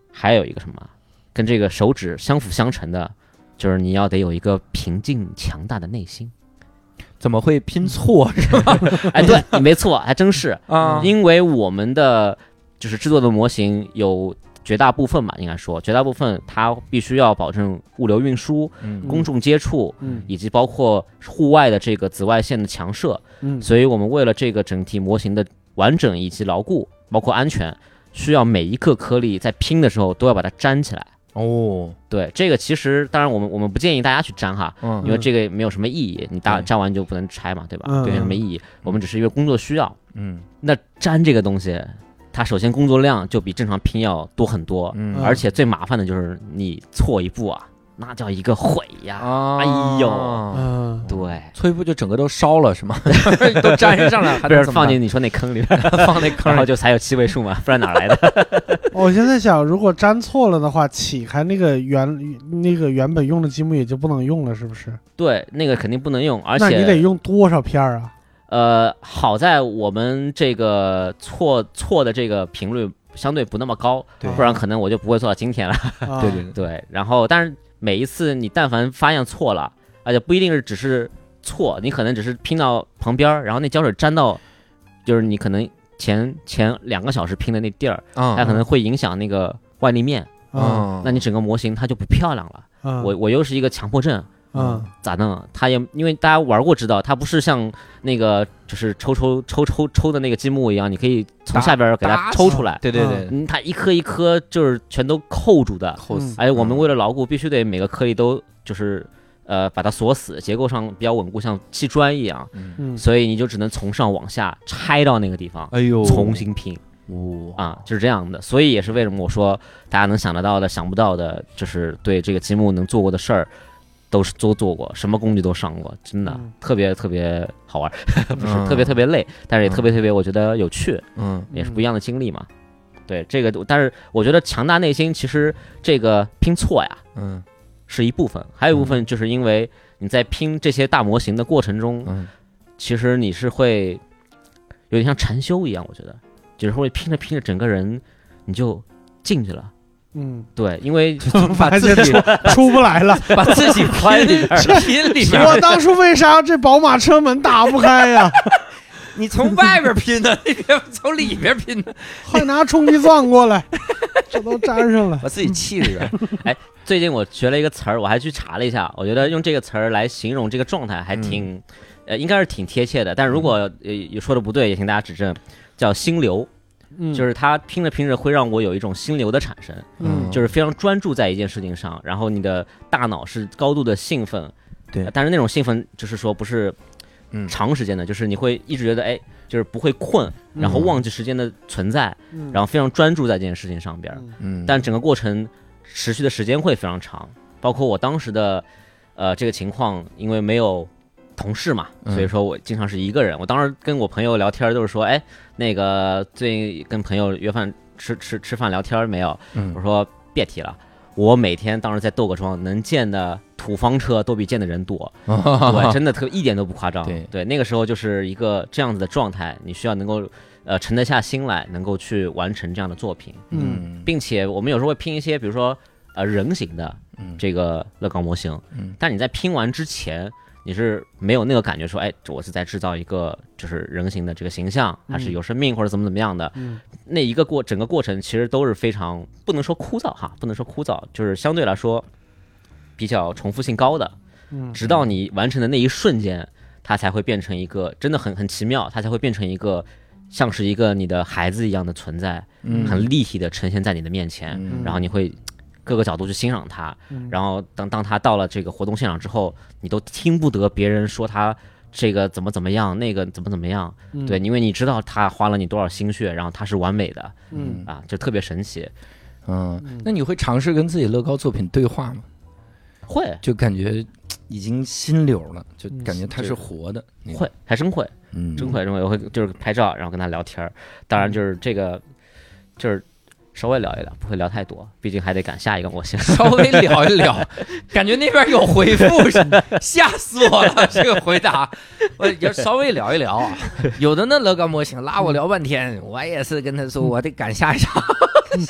[SPEAKER 3] 还有一个什么，跟这个手指相辅相成的，就是你要得有一个平静强大的内心。
[SPEAKER 1] 怎么会拼错是吧？
[SPEAKER 3] 哎，对，你没错，还真是啊，因为我们的就是制作的模型有绝大部分嘛，应该说绝大部分它必须要保证物流运输、嗯、公众接触、嗯、以及包括户外的这个紫外线的强摄，嗯，所以我们为了这个整体模型的完整以及牢固，包括安全，需要每一个颗粒在拼的时候都要把它粘起来。哦，对，这个其实当然我们我们不建议大家去粘哈，嗯，因为这个没有什么意义，你大粘完就不能拆嘛，对吧？嗯、对，没什么意义。我们只是因为工作需要，嗯，那粘这个东西，它首先工作量就比正常拼要多很多，嗯，而且最麻烦的就是你错一步啊，那叫一个毁呀！啊、哎呦，嗯，对，
[SPEAKER 1] 错一步就整个都烧了是吗？都粘上了，还
[SPEAKER 3] 不是放进你说那坑里面，放那坑，然后就才有七位数嘛，不然哪来的？
[SPEAKER 2] 我现在想，如果粘错了的话，起开那个原那个原本用的积木也就不能用了，是不是？
[SPEAKER 3] 对，那个肯定不能用，而且
[SPEAKER 2] 那你得用多少片啊？
[SPEAKER 3] 呃，好在我们这个错错的这个频率相对不那么高，不然可能我就不会做到今天了。
[SPEAKER 1] 啊、对对对
[SPEAKER 3] 对，然后但是每一次你但凡发现错了，而且不一定是只是错，你可能只是拼到旁边，然后那胶水沾到，就是你可能。前前两个小时拼的那地儿，嗯、它可能会影响那个外立面，嗯，那你整个模型它就不漂亮了。嗯、我我又是一个强迫症，嗯，咋弄？它也因为大家玩过知道，它不是像那个就是抽抽抽抽抽的那个积木一样，你可以从下边给它抽出来。
[SPEAKER 1] 对对对，
[SPEAKER 3] 嗯，它一颗一颗就是全都扣住的，
[SPEAKER 1] 扣死。
[SPEAKER 3] 而且我们为了牢固，必须得每个颗粒都就是。呃，把它锁死，结构上比较稳固，像砌砖一样，嗯，所以你就只能从上往下拆到那个地方，哎呦，重新拼，哦，啊，就是这样的，所以也是为什么我说大家能想得到的、想不到的，就是对这个积木能做过的事儿，都是都做过，什么工具都上过，真的、嗯、特别特别好玩，不是、嗯、特别特别累，但是也特别特别我觉得有趣，嗯，也是不一样的经历嘛。对这个，但是我觉得强大内心，其实这个拼错呀，嗯。是一部分，还有一部分就是因为你在拼这些大模型的过程中，嗯、其实你是会有点像禅修一样，我觉得就是会拼着拼着，整个人你就进去了。嗯，对，因为
[SPEAKER 2] 把自己出不来了，
[SPEAKER 3] 把自己关里边拼里边。
[SPEAKER 2] 我当初为啥这宝马车门打不开呀？
[SPEAKER 1] 你从外边拼的，你别从里边拼的，
[SPEAKER 2] 还拿冲击钻过来，这都粘上了，
[SPEAKER 1] 把自己气着。
[SPEAKER 3] 哎，最近我学了一个词儿，我还去查了一下，我觉得用这个词儿来形容这个状态还挺，嗯、呃，应该是挺贴切的。但是如果呃说的不对，也请大家指正，叫心流。嗯，就是它拼着拼着会让我有一种心流的产生，嗯，就是非常专注在一件事情上，然后你的大脑是高度的兴奋，
[SPEAKER 1] 对，
[SPEAKER 3] 但是那种兴奋就是说不是。嗯，长时间的，就是你会一直觉得，哎，就是不会困，然后忘记时间的存在，嗯、然后非常专注在这件事情上边。嗯，但整个过程持续的时间会非常长。包括我当时的，呃，这个情况，因为没有同事嘛，嗯、所以说我经常是一个人。我当时跟我朋友聊天都是说，哎，那个最近跟朋友约饭吃吃吃饭聊天没有？嗯、我说别提了。我每天当时在窦各庄能见的土方车都比见的人多，对，真的特一点都不夸张。对对，那个时候就是一个这样子的状态，你需要能够呃沉得下心来，能够去完成这样的作品。嗯，并且我们有时候会拼一些，比如说呃人形的这个乐高模型，嗯，但你在拼完之前，你是没有那个感觉说，哎，我是在制造一个就是人形的这个形象，还是有生命或者怎么怎么样的。嗯，那一个过整个过程其实都是非常不能说枯燥哈，不能说枯燥，就是相对来说比较重复性高的。嗯，直到你完成的那一瞬间，它才会变成一个真的很很奇妙，它才会变成一个像是一个你的孩子一样的存在，嗯，很立体的呈现在你的面前，嗯，然后你会各个角度去欣赏它，嗯、然后当当他到了这个活动现场之后，你都听不得别人说他这个怎么怎么样，那个怎么怎么样，嗯、对，因为你知道他花了你多少心血，然后他是完美的，嗯啊，就特别神奇。
[SPEAKER 1] 嗯，那你会尝试跟自己乐高作品对话吗？
[SPEAKER 3] 会，
[SPEAKER 1] 就感觉已经心流了，就感觉它是活的。
[SPEAKER 3] 嗯、会，还真会，嗯，真会，真会，我会就是拍照，然后跟他聊天。当然就是这个，就是。稍微聊一聊，不会聊太多，毕竟还得赶下一个模型。
[SPEAKER 1] 稍微聊一聊，感觉那边有回复，吓死我了！这个回答，我要稍微聊一聊啊。有的那乐高模型拉我聊半天，我也是跟他说我得赶下一场，咋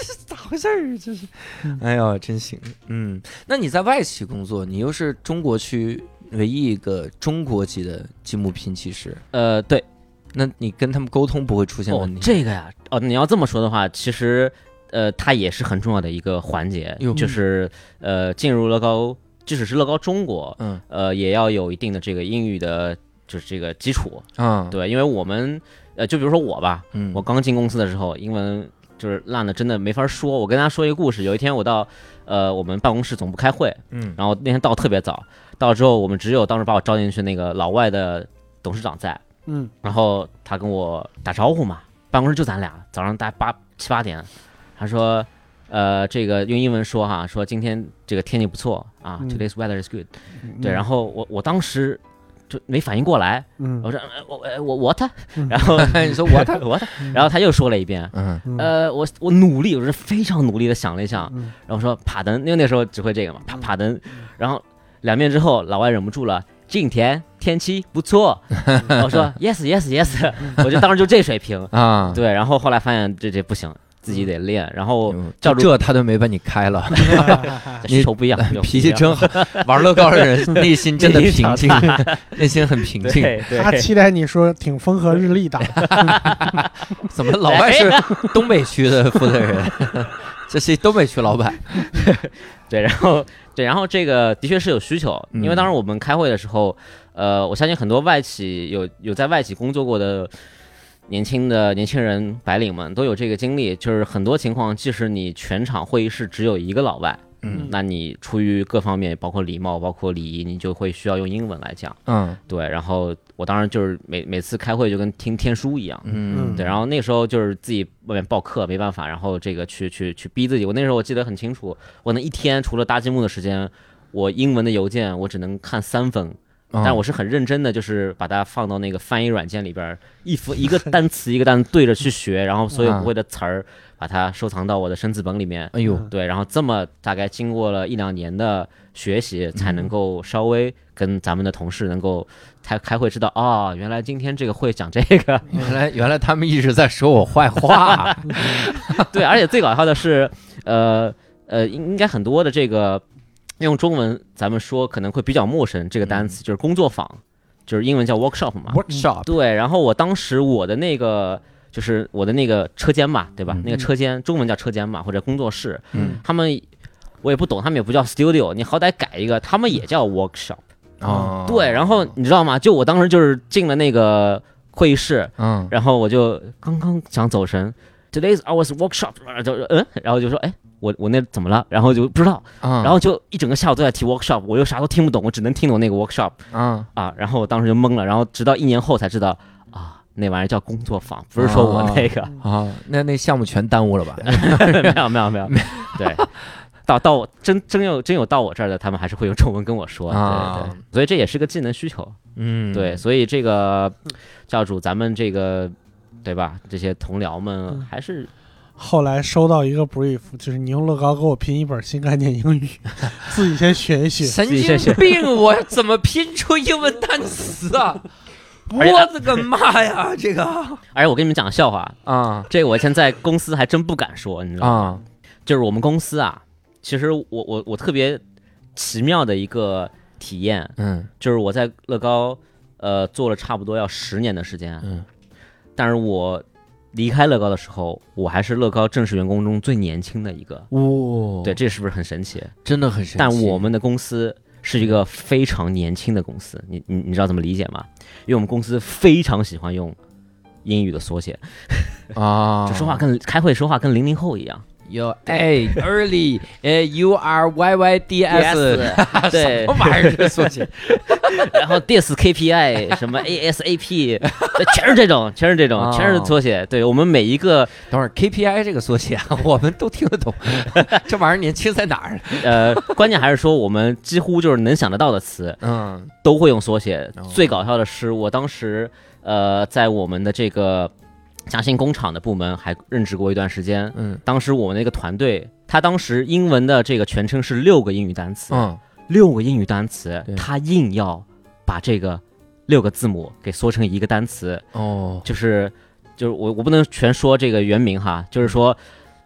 [SPEAKER 1] 回事儿？这是，哎呦，真行。嗯，那你在外企工作，你又是中国区唯一一个中国籍的积木拼砌师。
[SPEAKER 3] 呃，对。
[SPEAKER 1] 那你跟他们沟通不会出现问题？
[SPEAKER 3] 哦、这个呀，哦，你要这么说的话，其实，呃，它也是很重要的一个环节，就是呃，进入乐高，即使是乐高中国，嗯，呃，也要有一定的这个英语的，就是这个基础，嗯，对，因为我们，呃，就比如说我吧，嗯，我刚进公司的时候，英文就是烂的，真的没法说。我跟大家说一个故事，有一天我到，呃，我们办公室总部开会，嗯，然后那天到特别早，到了之后，我们只有当时把我招进去那个老外的董事长在。嗯，然后他跟我打招呼嘛，办公室就咱俩，早上大概八七八点，他说，呃，这个用英文说哈，说今天这个天气不错啊、嗯、，Today's weather is good，、嗯、对，然后我我当时就没反应过来，嗯，我说我我 what，、嗯、然后
[SPEAKER 1] 你说 what
[SPEAKER 3] what，、嗯、然后他又说了一遍，嗯，呃，我我努力，我是非常努力的想了一想，嗯、然后说帕登，因为那时候只会这个嘛，帕帕登，然后两遍之后，老外忍不住了。今天天气不错，我说 yes yes yes， 我就当时就这水平啊，对，然后后来发现这这不行，自己得练，然后教主
[SPEAKER 1] 这他都没把你开了，
[SPEAKER 3] 需求不一样，
[SPEAKER 1] 脾气真好，玩乐高的人内心真的平静，内心很平静。
[SPEAKER 2] 他期待你说挺风和日丽的，
[SPEAKER 1] 怎么老外是东北区的负责人？这是东北区老板，
[SPEAKER 3] 对，然后对，然后这个的确是有需求，因为当时我们开会的时候，呃，我相信很多外企有有在外企工作过的年轻的年轻人白领们都有这个经历，就是很多情况，即使你全场会议室只有一个老外，嗯，那你出于各方面，包括礼貌，包括礼仪，你就会需要用英文来讲，嗯，对，然后我当时就是每每次开会就跟听天书一样，嗯，对，然后那个时候就是自己外面报课没办法，然后这个去去去逼自己，我那时候我记得很清楚，我那一天除了搭积木的时间，我英文的邮件我只能看三封。但我是很认真的，就是把它放到那个翻译软件里边，一幅一个单词一个单词对着去学，然后所有不会的词儿把它收藏到我的生字本里面。哎呦，对，然后这么大概经过了一两年的学习，才能够稍微跟咱们的同事能够开开会，知道啊、哦，原来今天这个会讲这个，
[SPEAKER 1] 原来原来他们一直在说我坏话。
[SPEAKER 3] 对，而且最搞笑的是，呃呃，应该很多的这个。用中文咱们说可能会比较陌生，这个单词就是工作坊，就是英文叫 workshop 嘛。
[SPEAKER 1] workshop
[SPEAKER 3] 对，然后我当时我的那个就是我的那个车间嘛，对吧？嗯、那个车间中文叫车间嘛，或者工作室。嗯，他们我也不懂，他们也不叫 studio， 你好歹改一个，他们也叫 workshop。哦，对，然后你知道吗？就我当时就是进了那个会议室，嗯，然后我就刚刚想走神 ，Today's our workshop， 就嗯，然后就说哎。我我那怎么了？然后就不知道，嗯、然后就一整个下午都在提 workshop， 我又啥都听不懂，我只能听懂那个 workshop， 嗯啊，然后我当时就懵了，然后直到一年后才知道啊，那玩意儿叫工作坊，不是说我那个啊，
[SPEAKER 1] 啊那那项目全耽误了吧？
[SPEAKER 3] 没有没有没有，对，到到我真真有真有到我这儿的，他们还是会用中文跟我说，啊、对对，所以这也是个技能需求，嗯，对，所以这个教主咱们这个对吧？这些同僚们还是。
[SPEAKER 2] 后来收到一个 brief， 就是你用乐高给我拼一本新概念英语，自己先学一学。
[SPEAKER 1] 神经病！我怎么拼出英文单词啊？我的个妈呀！这个，
[SPEAKER 3] 而且我跟你们讲个笑话啊，这个我现在公司还真不敢说，你知道吗？啊、就是我们公司啊，其实我我我特别奇妙的一个体验，嗯，就是我在乐高呃做了差不多要十年的时间，嗯，但是我。离开乐高的时候，我还是乐高正式员工中最年轻的一个。哦，对，这是不是很神奇？
[SPEAKER 1] 真的很神奇。
[SPEAKER 3] 但我们的公司是一个非常年轻的公司，你你你知道怎么理解吗？因为我们公司非常喜欢用英语的缩写啊，就说话跟开会说话跟零零后一样。
[SPEAKER 1] 有哎 early 呃 U R Y Y D S
[SPEAKER 3] 对
[SPEAKER 1] 什么玩意儿缩写，
[SPEAKER 3] 然后 this K P I 什么 A S A P 全是这种全是这种全是缩写。对我们每一个
[SPEAKER 1] 等会儿 K P I 这个缩写我们都听得懂，这玩意儿年轻在哪儿？
[SPEAKER 3] 呃，关键还是说我们几乎就是能想得到的词，嗯，都会用缩写。最搞笑的是，我当时呃在我们的这个。嘉兴工厂的部门还任职过一段时间，嗯，当时我们那个团队，他当时英文的这个全称是六个英语单词，嗯，六个英语单词，他硬要把这个六个字母给缩成一个单词，哦，就是就是我我不能全说这个原名哈，就是说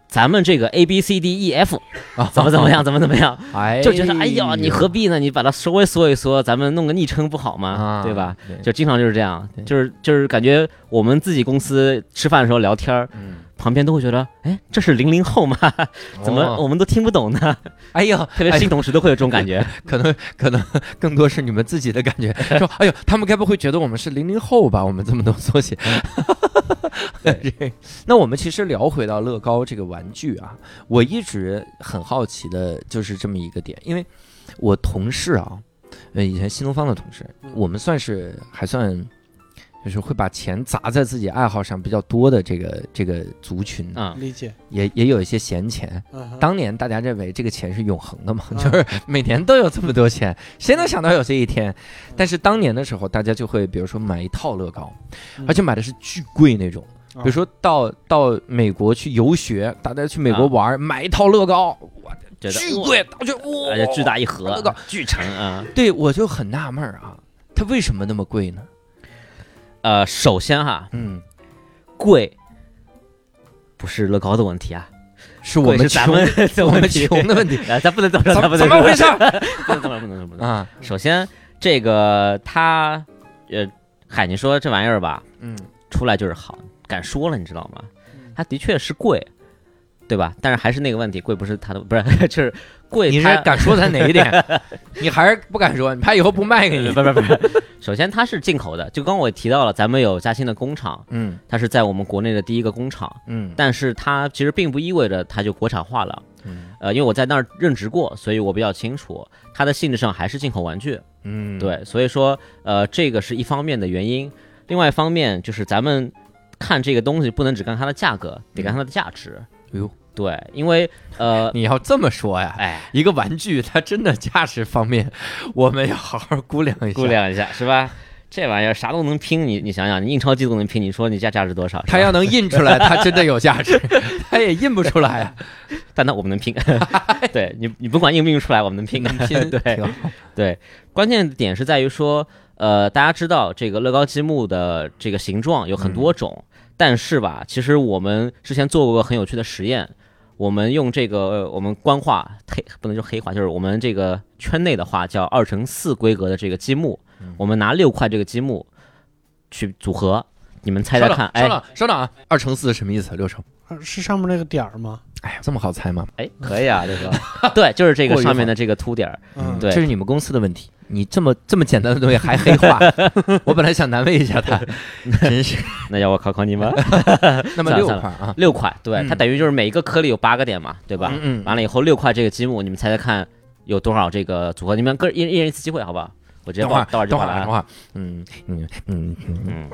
[SPEAKER 3] 咱们这个 A B C D E F 怎么怎么样，怎么怎么样，就觉得哎呀，你何必呢？你把它稍微缩一缩，咱们弄个昵称不好吗？啊、对吧？对就经常就是这样，就是就是感觉我们自己公司吃饭的时候聊天，嗯、旁边都会觉得，哎，这是零零后吗？怎么我们都听不懂呢？
[SPEAKER 1] 哎呀，
[SPEAKER 3] 特别新同事都会有这种感觉，
[SPEAKER 1] 可能可能更多是你们自己的感觉，说哎呦，他们该不会觉得我们是零零后吧？我们这么多缩写。对，那我们其实聊回到乐高这个玩具啊，我一直很好奇的就是这么一个点，因为我同事啊，呃，以前新东方的同事，我们算是还算就是会把钱砸在自己爱好上比较多的这个这个族群
[SPEAKER 2] 啊，理解，
[SPEAKER 1] 也也有一些闲钱。当年大家认为这个钱是永恒的嘛，就是每年都有这么多钱，谁能想到有这一天？但是当年的时候，大家就会比如说买一套乐高，而且买的是巨贵那种。比如说到到美国去游学，大家去美国玩，啊、买一套乐高，哇，巨贵，我觉得哇，
[SPEAKER 3] 而且巨大一盒，乐高巨沉啊。
[SPEAKER 1] 对，我就很纳闷啊，它为什么那么贵呢？
[SPEAKER 3] 呃，首先哈，嗯，贵不是乐高的问题啊，
[SPEAKER 1] 是我们
[SPEAKER 3] 咱们
[SPEAKER 1] 我们穷的问题。
[SPEAKER 3] 咱不能这么说，咱不能
[SPEAKER 1] 怎么回事？
[SPEAKER 3] 不能这么不能这么啊！首先，这个他呃，嗨，你说这玩意儿吧，嗯，出来就是好。敢说了，你知道吗？它的确是贵，对吧？但是还是那个问题，贵不是它的，不是就是贵。
[SPEAKER 1] 你是敢说它哪一点？你还是不敢说，你怕以后不卖给你？
[SPEAKER 3] 不是不是不是。首先它是进口的，就刚刚我提到了，咱们有嘉兴的工厂，嗯，它是在我们国内的第一个工厂，嗯，但是它其实并不意味着它就国产化了，嗯，呃，因为我在那儿任职过，所以我比较清楚，它的性质上还是进口玩具，嗯，对，所以说，呃，这个是一方面的原因，另外一方面就是咱们。看这个东西不能只看它的价格，得看它的价值。哎呦，对，因为呃，
[SPEAKER 1] 你要这么说呀，哎，一个玩具它真的价值方面，我们要好好估量一下，
[SPEAKER 3] 估量一下是吧？这玩意儿啥都能拼，你你想想，你印钞机都能拼，你说你价价值多少？
[SPEAKER 1] 它要能印出来，它真的有价值，它也印不出来啊。
[SPEAKER 3] 但那我们能拼，对你你甭管印不印出来，我们能拼，
[SPEAKER 1] 能拼，
[SPEAKER 3] 对对。关键点是在于说。呃，大家知道这个乐高积木的这个形状有很多种，嗯、但是吧，其实我们之前做过个很有趣的实验，我们用这个、呃、我们官话黑不能说黑话，就是我们这个圈内的话叫二乘四规格的这个积木，嗯、我们拿六块这个积木去组合，你们猜猜看？
[SPEAKER 1] 哎，稍等稍等啊，二乘四什么意思？六乘
[SPEAKER 2] 是上面那个点儿吗？
[SPEAKER 1] 哎呀，这么好猜吗？
[SPEAKER 3] 哎，可以啊，这个对，就是这个上面的这个凸点儿，
[SPEAKER 1] 嗯，
[SPEAKER 3] 对，
[SPEAKER 1] 这是你们公司的问题。你这么这么简单的东西还黑化，我本来想难为一下他，真是。
[SPEAKER 3] 那要我考考你吗？
[SPEAKER 1] 那么六块啊，
[SPEAKER 3] 六块，对，嗯、它等于就是每一个颗粒有八个点嘛，对吧？嗯, 嗯。完了以后六块这个积木，你们猜猜看有多少这个组合？你们各一一人一次机会，好不好？我直接报，到会儿就好了。
[SPEAKER 1] 等会儿，嗯嗯嗯嗯，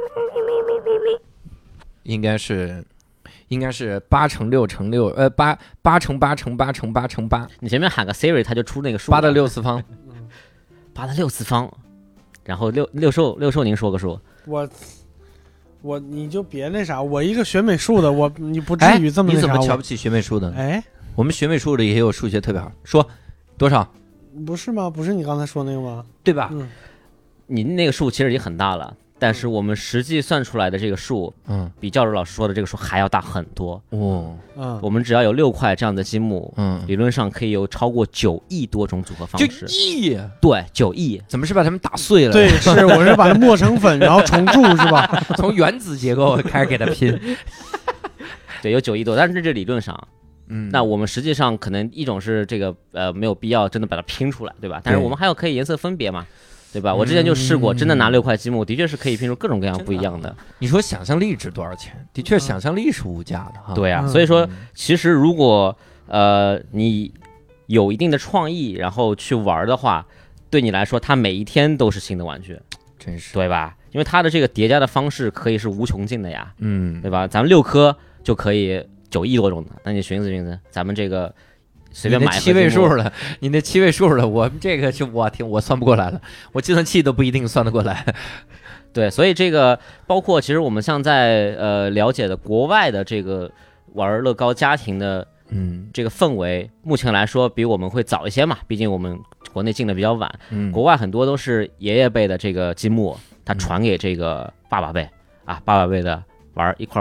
[SPEAKER 1] 应该是。应该是八乘六乘六，呃，八八乘八乘八乘八乘八。
[SPEAKER 3] 你前面喊个 Siri， 它就出那个数。
[SPEAKER 1] 八的六次方，
[SPEAKER 3] 八的六次方，然后六六兽六兽，您说个数。
[SPEAKER 2] 我我你就别那啥，我一个学美术的，我你不至于这么那啥。
[SPEAKER 1] 你怎么瞧不起学美术的？
[SPEAKER 2] 哎，
[SPEAKER 1] 我们学美术的也有数学特别好。说多少？
[SPEAKER 2] 不是吗？不是你刚才说那个吗？
[SPEAKER 1] 对吧？
[SPEAKER 2] 嗯，
[SPEAKER 3] 你那个数其实已经很大了。但是我们实际算出来的这个数，嗯，比教授老师说的这个数还要大很多。哦，嗯，我们只要有六块这样的积木，嗯，理论上可以有超过九亿多种组合方式。
[SPEAKER 1] 九亿？
[SPEAKER 3] 对，九亿。
[SPEAKER 1] 怎么是把它们打碎了？
[SPEAKER 2] 对，是我是把它磨成粉，然后重铸是吧？
[SPEAKER 1] 从原子结构开始给它拼。
[SPEAKER 3] 对，有九亿多，但是这是理论上。嗯，那我们实际上可能一种是这个呃没有必要真的把它拼出来，对吧？但是我们还有可以颜色分别嘛。对吧？我之前就试过，真的拿六块积木，的确是可以拼出各种各样不一样的。
[SPEAKER 1] 你说想象力值多少钱？的确，想象力是无价的哈。
[SPEAKER 3] 对啊，所以说，其实如果呃你有一定的创意，然后去玩的话，对你来说，它每一天都是新的玩具，
[SPEAKER 1] 真是
[SPEAKER 3] 对吧？因为它的这个叠加的方式可以是无穷尽的呀，嗯，对吧？咱们六颗就可以九亿多种的，那你寻思寻思，咱们这个。随便买
[SPEAKER 1] 七位数了，你那七位数了，我们这个是我听我算不过来了，我计算器都不一定算得过来。
[SPEAKER 3] 对，所以这个包括其实我们像在呃了解的国外的这个玩乐高家庭的嗯这个氛围，目前来说比我们会早一些嘛，毕竟我们国内进的比较晚，嗯，国外很多都是爷爷辈的这个积木，他传给这个爸爸辈啊，爸爸辈的玩一块玩。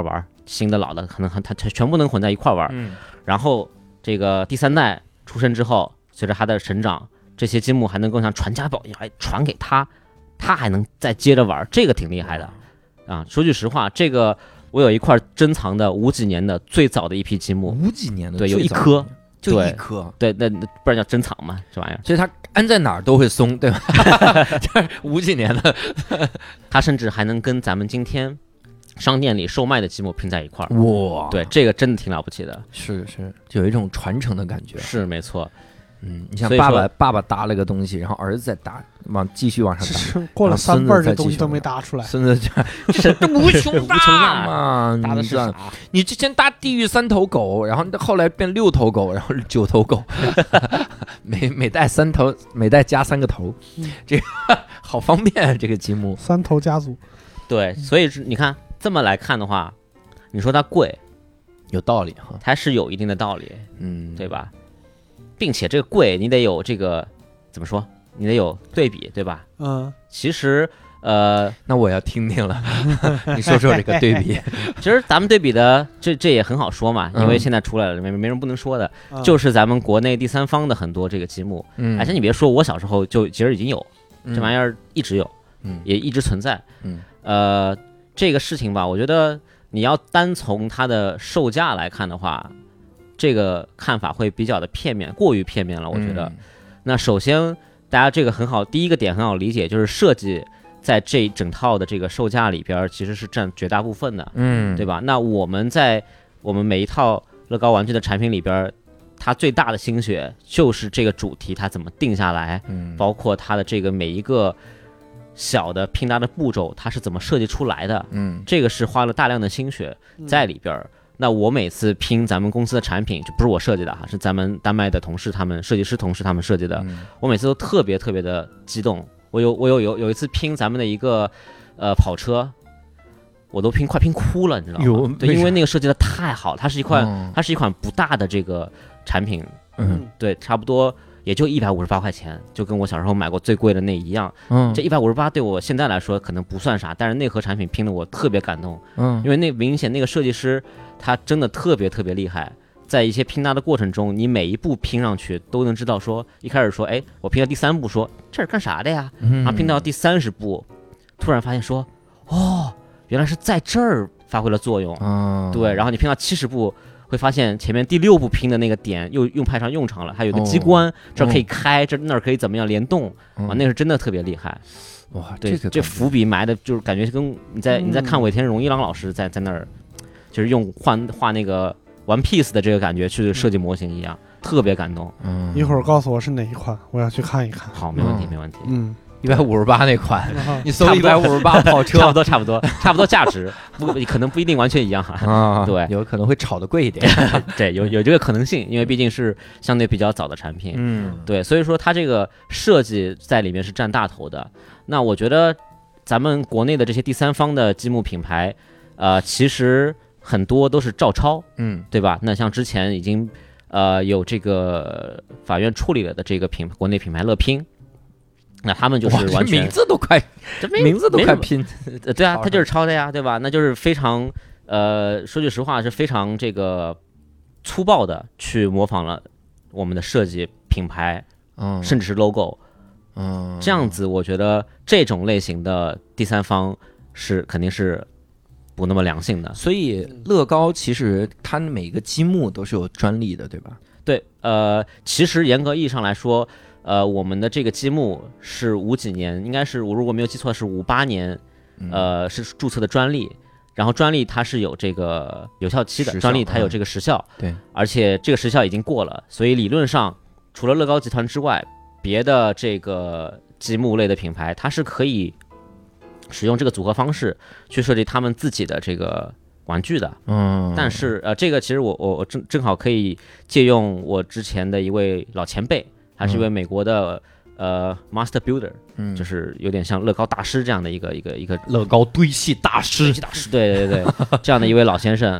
[SPEAKER 3] 新的老的，可能它它全部能混在一块玩。
[SPEAKER 1] 嗯，
[SPEAKER 3] 然后这个第三代出生之后，随着他的成长，这些积木还能够像传家宝一样还传给他，他还能再接着玩，这个挺厉害的啊。说句实话，这个我有一块珍藏的五几年的最早的一批积木，
[SPEAKER 1] 五几年的
[SPEAKER 3] 对，有一颗。
[SPEAKER 1] 就一颗，
[SPEAKER 3] 对，那那不然叫珍藏嘛，这玩意儿。
[SPEAKER 1] 所以它安在哪儿都会松，对吧？就是五几年的，
[SPEAKER 3] 它甚至还能跟咱们今天商店里售卖的积木拼在一块儿。
[SPEAKER 1] 哇，
[SPEAKER 3] 对，这个真的挺了不起的。
[SPEAKER 1] 是是，就有一种传承的感觉。
[SPEAKER 3] 是没错。
[SPEAKER 1] 嗯，你像爸爸爸爸搭了个东西，然后儿子再搭，往继续往上搭，
[SPEAKER 2] 过了三辈儿这东西都没搭出来，
[SPEAKER 1] 孙子这这无穷大嘛，
[SPEAKER 3] 搭的是啥？
[SPEAKER 1] 你之前搭地狱三头狗，然后后来变六头狗，然后九头狗，每每代三头，每代加三个头，这个好方便啊！这个积木
[SPEAKER 2] 三头家族，
[SPEAKER 3] 对，所以你看这么来看的话，你说它贵，
[SPEAKER 1] 有道理哈，
[SPEAKER 3] 它是有一定的道理，
[SPEAKER 1] 嗯，
[SPEAKER 3] 对吧？并且这个贵，你得有这个怎么说？你得有对比，对吧？
[SPEAKER 2] 嗯，
[SPEAKER 3] 其实，呃，
[SPEAKER 1] 那我要听听了，你说说这个对比。
[SPEAKER 3] 其实咱们对比的，这这也很好说嘛，因为现在出来了，没没人不能说的，
[SPEAKER 2] 嗯、
[SPEAKER 3] 就是咱们国内第三方的很多这个积木。嗯，而且你别说，我小时候就其实已经有、嗯、这玩意儿，一直有，嗯，也一直存在。嗯，呃，这个事情吧，我觉得你要单从它的售价来看的话。这个看法会比较的片面，过于片面了，我觉得。嗯、那首先，大家这个很好，第一个点很好理解，就是设计在这整套的这个售价里边，其实是占绝大部分的，嗯，对吧？那我们在我们每一套乐高玩具的产品里边，它最大的心血就是这个主题它怎么定下来，嗯，包括它的这个每一个小的拼搭的步骤，它是怎么设计出来的，嗯，这个是花了大量的心血在里边。嗯那我每次拼咱们公司的产品，就不是我设计的哈，是咱们丹麦的同事他们设计师同事他们设计的。嗯、我每次都特别特别的激动。我有我有有有一次拼咱们的一个呃跑车，我都拼快拼哭了，你知道吗？对，因为那个设计的太好，它是一款、哦、它是一款不大的这个产品，嗯，对，差不多也就一百五十八块钱，就跟我小时候买过最贵的那一样。嗯，这一百五十八对我现在来说可能不算啥，但是那盒产品拼的我特别感动。嗯，因为那明显那个设计师。他真的特别特别厉害，在一些拼搭的过程中，你每一步拼上去都能知道说，一开始说，哎，我拼到第三步说这是干啥的呀？然后拼到第三十步，突然发现说，哦，原来是在这儿发挥了作用。嗯，对，然后你拼到七十步，会发现前面第六步拼的那个点又用派上用场了，还有个机关，这儿可以开，这那儿可以怎么样联动，啊，那是真的特别厉害。
[SPEAKER 1] 哇，
[SPEAKER 3] 对，
[SPEAKER 1] 这个
[SPEAKER 3] 这伏笔埋的就是感觉跟你在你在看尾田荣一郎老师在在那儿。就是用换画那个 One Piece 的这个感觉去设计模型一样，嗯、特别感动。
[SPEAKER 2] 嗯，一会儿告诉我是哪一款，我要去看一看。
[SPEAKER 3] 好，没问题，嗯、没问题。
[SPEAKER 2] 嗯，
[SPEAKER 1] 一百五十八那款，你搜一百五十八跑车，
[SPEAKER 3] 差不多，差不多，差不多价值，不，可能不一定完全一样哈。啊，对，
[SPEAKER 1] 有可能会炒得贵一点。
[SPEAKER 3] 对，有有这个可能性，因为毕竟是相对比较早的产品。嗯，对，所以说它这个设计在里面是占大头的。那我觉得咱们国内的这些第三方的积木品牌，呃，其实。很多都是照抄，嗯，对吧？那像之前已经，呃，有这个法院处理了的这个品国内品牌乐拼，那他们就是完全
[SPEAKER 1] 名字都快，这名字都快拼，
[SPEAKER 3] 对啊，他就是抄的呀，对吧？那就是非常，呃，说句实话是非常这个粗暴的去模仿了我们的设计品牌，嗯，甚至是 logo，嗯，这样子我觉得这种类型的第三方是肯定是。不那么良性的，
[SPEAKER 1] 所以乐高其实它每个积木都是有专利的，对吧？
[SPEAKER 3] 对，呃，其实严格意义上来说，呃，我们的这个积木是五几年，应该是我如果没有记错是五八年，呃，是注册的专利，然后专利它是有这个有效期的，专利它有这个时效，
[SPEAKER 1] 对，
[SPEAKER 3] 而且这个时效已经过了，所以理论上除了乐高集团之外，别的这个积木类的品牌它是可以。使用这个组合方式去设计他们自己的这个玩具的，嗯，但是呃，这个其实我我我正正好可以借用我之前的一位老前辈，还是一位美国的、嗯、呃 Master Builder， 嗯，就是有点像乐高大师这样的一个一个一个
[SPEAKER 1] 乐高堆砌大师，
[SPEAKER 3] 大师，对对对，这样的一位老先生，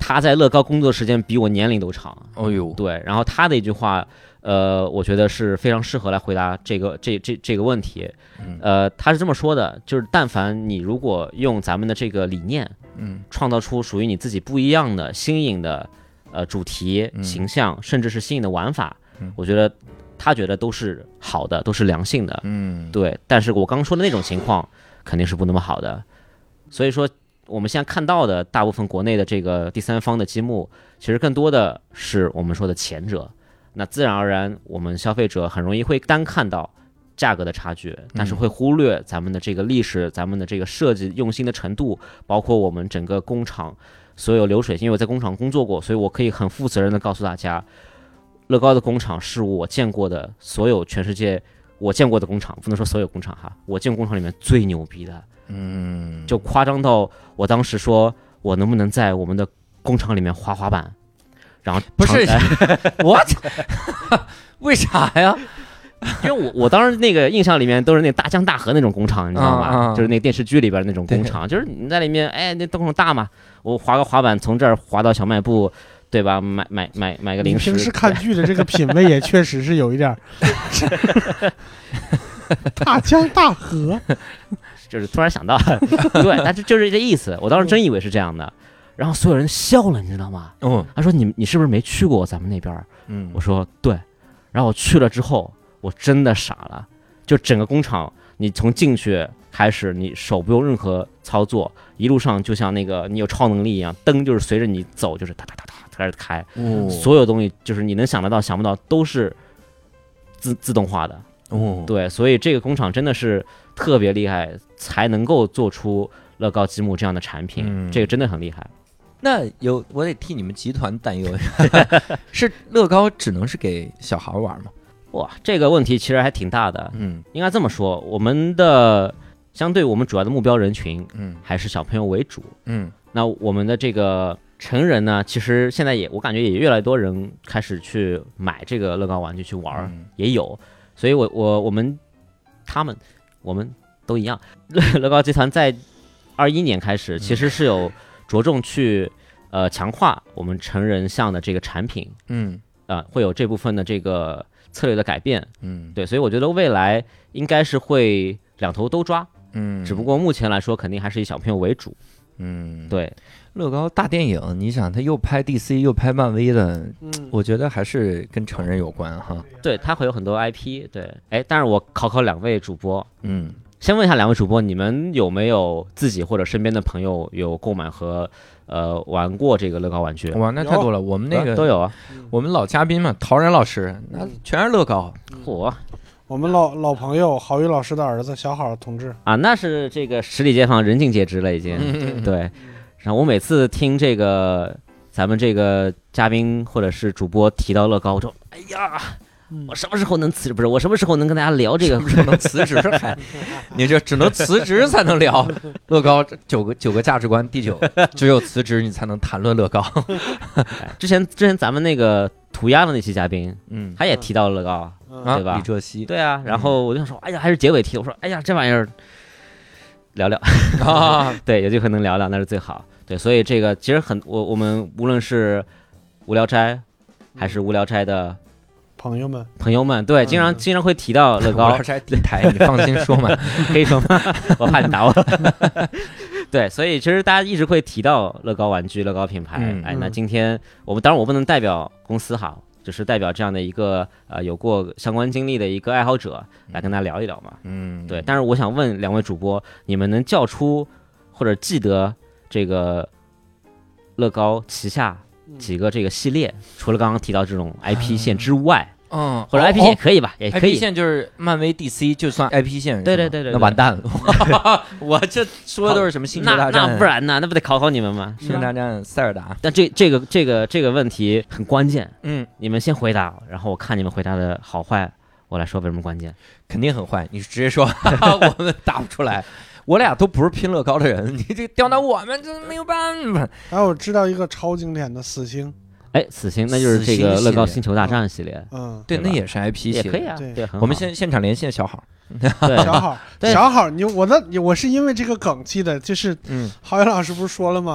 [SPEAKER 3] 他在乐高工作时间比我年龄都长。
[SPEAKER 1] 哦呦，
[SPEAKER 3] 对，然后他的一句话，呃，我觉得是非常适合来回答这个这这这个问题。呃，他是这么说的，就是但凡你如果用咱们的这个理念，嗯，创造出属于你自己不一样的新颖的呃主题、形象，甚至是新颖的玩法，我觉得他觉得都是好的，都是良性的。嗯，对。但是我刚说的那种情况肯定是不那么好的，所以说。我们现在看到的大部分国内的这个第三方的积木，其实更多的是我们说的前者，那自然而然我们消费者很容易会单看到价格的差距，但是会忽略咱们的这个历史、咱们的这个设计用心的程度，包括我们整个工厂所有流水。因为我在工厂工作过，所以我可以很负责任的告诉大家，乐高的工厂是我见过的所有全世界我见过的工厂，不能说所有工厂哈，我见过工厂里面最牛逼的。嗯，就夸张到我当时说，我能不能在我们的工厂里面滑滑板？然后
[SPEAKER 1] 不是我，为啥呀？
[SPEAKER 3] 因为我我当时那个印象里面都是那大江大河那种工厂，你知道吗？啊啊就是那个电视剧里边那种工厂，就是你在里面，哎，那工厂大嘛，我滑个滑板从这儿滑到小卖部。对吧？买买买买个零食。
[SPEAKER 2] 你平时看剧的这个品味也确实是有一点大江大河，
[SPEAKER 3] 就是突然想到，对，但是就是这意思。我当时真以为是这样的，然后所有人笑了，你知道吗？嗯，他说你你是不是没去过咱们那边？嗯，我说对。然后我去了之后，我真的傻了，就整个工厂，你从进去开始，你手不用任何操作，一路上就像那个你有超能力一样，灯就是随着你走，就是哒哒哒哒。开始开、哦，所有东西就是你能想得到、想不到都是自自动化的。哦，对，所以这个工厂真的是特别厉害，才能够做出乐高积木这样的产品。嗯、这个真的很厉害。
[SPEAKER 1] 那有我得替你们集团担忧，是乐高只能是给小孩玩吗？
[SPEAKER 3] 哇，这个问题其实还挺大的。嗯，应该这么说，我们的相对我们主要的目标人群，嗯，还是小朋友为主。嗯，那我们的这个。成人呢，其实现在也，我感觉也越来越多人开始去买这个乐高玩具去玩，嗯、也有，所以我我我们他们我们都一样。乐高集团在二一年开始，其实是有着重去呃强化我们成人向的这个产品，嗯啊、呃，会有这部分的这个策略的改变，嗯，对，所以我觉得未来应该是会两头都抓，嗯，只不过目前来说肯定还是以小朋友为主，嗯，对。
[SPEAKER 1] 乐高大电影，你想他又拍 D C 又拍漫威的，嗯，我觉得还是跟成人有关哈。
[SPEAKER 3] 对，他会有很多 I P。对，哎，但是我考考两位主播，嗯，先问一下两位主播，你们有没有自己或者身边的朋友有购买和呃玩过这个乐高玩具？
[SPEAKER 1] 哇，那太多了，我们那个
[SPEAKER 3] 都有啊。
[SPEAKER 1] 我们老嘉宾嘛，陶然老师，那全是乐高。
[SPEAKER 3] 嚯！
[SPEAKER 2] 我们老老朋友郝宇老师的儿子小郝同志
[SPEAKER 3] 啊，那是这个十里街坊人尽皆知了，已经。嗯、对。然后我每次听这个咱们这个嘉宾或者是主播提到乐高，我说哎呀，我什么时候能辞职？不是我什么时候能跟大家聊这个？
[SPEAKER 1] 什么时候能辞职？还你这只能辞职才能聊乐高九个九个价值观，第九只有辞职你才能谈论乐高。
[SPEAKER 3] 之前之前咱们那个涂鸦的那期嘉宾，嗯，他也提到了乐高，嗯、对吧？
[SPEAKER 1] 李哲熙，
[SPEAKER 3] 对啊。然后我就想说，哎呀，还是结尾提，我说，哎呀，这玩意儿聊聊啊，对，有机会能聊聊那是最好。对，所以这个其实很，我我们无论是无聊斋，还是无聊斋的
[SPEAKER 2] 朋友们，
[SPEAKER 3] 朋友们，对，经常经常会提到乐高。
[SPEAKER 1] 无聊斋第一台，你放心说嘛，
[SPEAKER 3] 可以说吗？我怕你打我。对，所以其实大家一直会提到乐高玩具、乐高品牌。嗯、哎，那今天我们当然我不能代表公司哈，就是代表这样的一个呃有过相关经历的一个爱好者来跟大家聊一聊嘛。嗯，对。但是我想问两位主播，你们能叫出或者记得？这个乐高旗下几个这个系列，除了刚刚提到这种 I P 线之外，嗯，或者 I P 线也可以吧，也可以。
[SPEAKER 1] I P 线就是漫威 D C 就算 I P 线，
[SPEAKER 3] 对对对对，
[SPEAKER 1] 那完蛋了。我这说的都是什么星球大战？
[SPEAKER 3] 那不然呢？那不得考考你们吗？
[SPEAKER 1] 星球大战、塞尔达。
[SPEAKER 3] 但这这个这个这个问题很关键，嗯，你们先回答，然后我看你们回答的好坏，我来说为什么关键。
[SPEAKER 1] 肯定很坏，你直接说，我们答不出来。我俩都不是拼乐高的人，你这刁难我们，这没有办法。
[SPEAKER 2] 还有我知道一个超经典的死星，
[SPEAKER 3] 哎，死星那就是这个乐高星球大战系列，
[SPEAKER 2] 嗯，
[SPEAKER 1] 对，那也是 I P 系列，
[SPEAKER 3] 也可以啊，对，
[SPEAKER 1] 我们现现场连线小郝，
[SPEAKER 2] 小郝，小郝，你我的我是因为这个梗记的，就是，嗯，郝宇老师不是说了吗？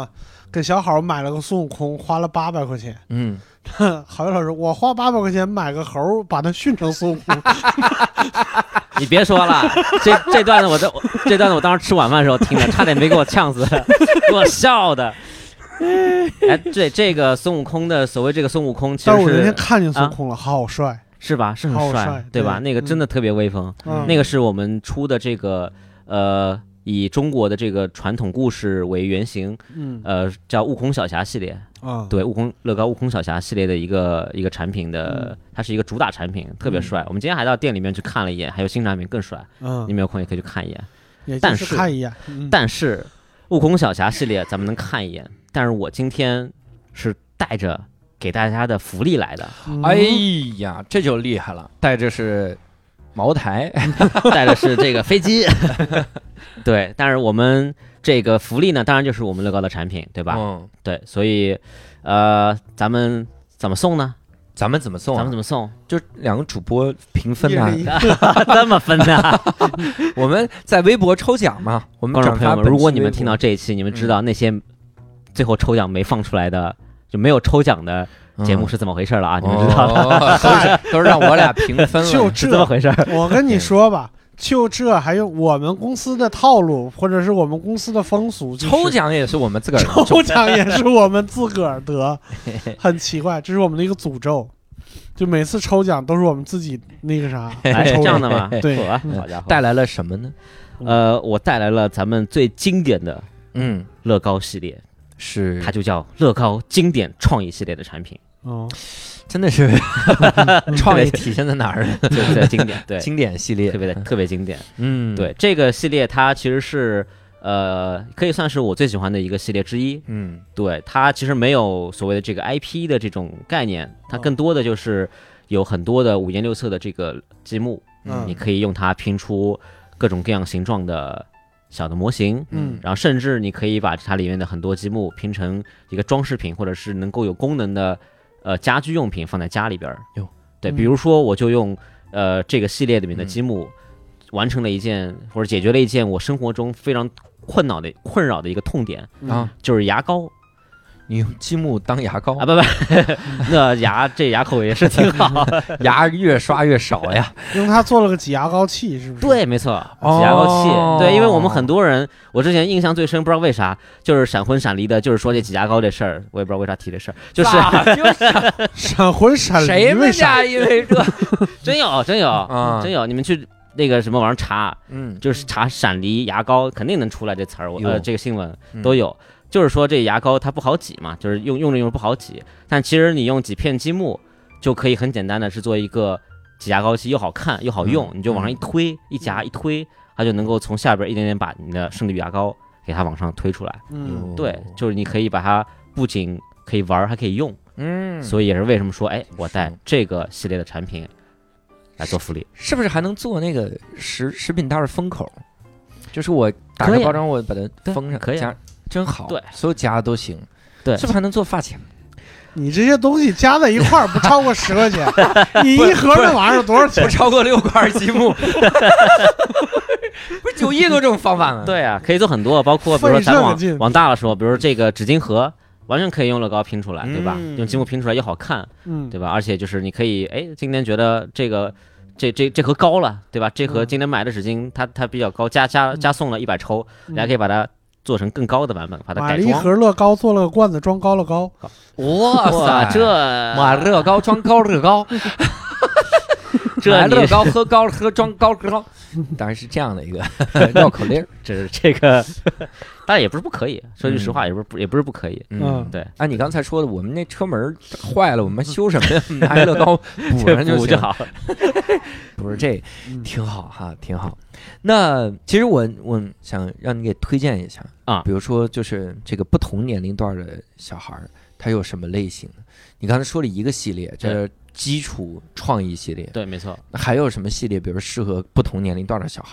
[SPEAKER 2] 给小好买了个孙悟空，花了八百块钱。
[SPEAKER 1] 嗯，
[SPEAKER 2] 郝宇老师，我花八百块钱买个猴，把它训成孙悟空。
[SPEAKER 3] 你别说了，这这段子我在这段子我当时吃晚饭的时候听的，差点没给我呛死，给我笑的。哎，对这个孙悟空的所谓这个孙悟空，其实是，
[SPEAKER 2] 但我那天看见孙悟空了，啊、好帅，
[SPEAKER 3] 是吧？是很帅，
[SPEAKER 2] 帅
[SPEAKER 3] 对吧？对那个真的特别威风、嗯。那个是我们出的这个呃，以中国的这个传统故事为原型，嗯，呃，叫悟空小侠系列。啊，对，悟空乐高悟空小侠系列的一个一个产品的、嗯，它是一个主打产品，特别帅、嗯。我们今天还到店里面去看了一眼，还有新产品更帅。嗯，你们有空也可以去看一眼。
[SPEAKER 2] 也
[SPEAKER 3] 但
[SPEAKER 2] 是看一眼、
[SPEAKER 3] 嗯，但是悟空小侠系列咱们能看一眼，但是我今天是带着给大家的福利来的。
[SPEAKER 1] 嗯、哎呀，这就厉害了，带着是茅台，
[SPEAKER 3] 带的是这个飞机。对，但是我们。这个福利呢，当然就是我们乐高的产品，对吧？嗯，对，所以，呃，咱们怎么送呢？
[SPEAKER 1] 咱们怎么送、啊？
[SPEAKER 3] 咱们怎么送？
[SPEAKER 1] 就两个主播平分呐、
[SPEAKER 3] 啊，这么分的、啊。
[SPEAKER 1] 我们在微博抽奖嘛，我们
[SPEAKER 3] 观众朋友们，如果你们听到这一期，你们知道那些最后抽奖没放出来的，就没有抽奖的节目是怎么回事了啊？嗯、你们知道的、
[SPEAKER 1] 哦，都是都是让我俩平分了，
[SPEAKER 3] 就是这么回事。
[SPEAKER 2] 我跟你说吧。就这还有我们公司的套路，或者是我们公司的风俗、就是，
[SPEAKER 1] 抽奖也是我们自个儿
[SPEAKER 2] 的，抽奖也是我们自个儿得，很奇怪，这是我们的一个诅咒。就每次抽奖都是我们自己那个啥，
[SPEAKER 3] 哎，这样的吗？
[SPEAKER 2] 对，
[SPEAKER 3] 好家伙，
[SPEAKER 1] 带来了什么呢？
[SPEAKER 3] 呃，我带来了咱们最经典的嗯乐高系列，
[SPEAKER 1] 是
[SPEAKER 3] 它就叫乐高经典创意系列的产品。
[SPEAKER 2] 哦。
[SPEAKER 1] 真的是创意体现在哪儿？
[SPEAKER 3] 对对，经典，对
[SPEAKER 1] 经典系列，
[SPEAKER 3] 特别的特别经典。
[SPEAKER 1] 嗯，
[SPEAKER 3] 对，这个系列它其实是呃，可以算是我最喜欢的一个系列之一。嗯，对，它其实没有所谓的这个 I P 的这种概念，它更多的就是有很多的五颜六色的这个积木，嗯，你可以用它拼出各种各样形状的小的模型，嗯，然后甚至你可以把它里面的很多积木拼成一个装饰品，或者是能够有功能的。呃，家居用品放在家里边
[SPEAKER 1] 哟，
[SPEAKER 3] 对，比如说我就用呃这个系列里面的积木、嗯，完成了一件或者解决了一件我生活中非常困扰的困扰的一个痛点啊，就是牙膏。
[SPEAKER 1] 你用积木当牙膏
[SPEAKER 3] 啊？不不，那牙这牙口也是挺好，
[SPEAKER 1] 牙越刷越少呀。
[SPEAKER 2] 用它做了个挤牙膏器，是不是？
[SPEAKER 3] 对，没错，挤牙膏器。哦、对，因为我们很多人，我之前印象最深，不知道为啥，就是闪婚闪离的，就是说这挤牙膏这事儿，我也不知道为啥提这事儿，就是
[SPEAKER 2] 闪婚闪离，
[SPEAKER 1] 谁们家因为这
[SPEAKER 3] 真有真有、嗯、真有，你们去。那个什么网上查，嗯，就是查闪离牙膏，肯定能出来这词儿，呃，这个新闻都有。嗯，就是说这牙膏它不好挤嘛，就是用用着用着不好挤，但其实你用几片积木就可以很简单的是做一个挤牙膏器，又好看又好用，嗯、你就往上一推、嗯、一夹一推，它就能够从下边一点点把你的圣地牙膏给它往上推出来。嗯，对，就是你可以把它不仅可以玩还可以用。嗯，所以也是为什么说，哎，我带这个系列的产品来做福利，
[SPEAKER 1] 是不是还能做那个食食品袋的封口？就是我打开包装，我把它封上，
[SPEAKER 3] 可以、啊。
[SPEAKER 1] 真好，
[SPEAKER 3] 对，
[SPEAKER 1] 所有夹都行，
[SPEAKER 3] 对，
[SPEAKER 1] 是不是还能做发卡？
[SPEAKER 2] 你这些东西加在一块儿不超过十块钱，你一盒这玩意儿多少钱？
[SPEAKER 1] 不超过六块积木，不是九亿多这种方法吗？
[SPEAKER 3] 对啊，可以做很多，包括比如说咱往往大了说，比如说这个纸巾盒，完全可以用乐高拼出来，对吧？嗯、用积木拼出来又好看，嗯，对吧？而且就是你可以，哎，今天觉得这个。这这这盒高了，对吧？这盒今天买的纸巾，它它比较高，加加加送了一百抽，你还可以把它做成更高的版本，把它改装。买了
[SPEAKER 2] 一盒乐高，做了个罐子装高乐高。
[SPEAKER 1] 哇塞，
[SPEAKER 3] 这
[SPEAKER 1] 买乐高装高乐高，买乐高喝高喝装高乐高，当然是这样的一个绕口令。
[SPEAKER 3] 这是这个，当然也不是不可以。说句实话，也不是也不是不可以。嗯，对。
[SPEAKER 1] 按你刚才说的，我们那车门坏了，我们修什么呀？拿乐高补上就
[SPEAKER 3] 就好。
[SPEAKER 1] 不是这，挺好哈，挺好。那其实我我想让你给推荐一下啊，比如说就是这个不同年龄段的小孩，他有什么类型的？你刚才说了一个系列，这是基础创意系列，
[SPEAKER 3] 对，没错。
[SPEAKER 1] 还有什么系列？比如适合不同年龄段的小孩？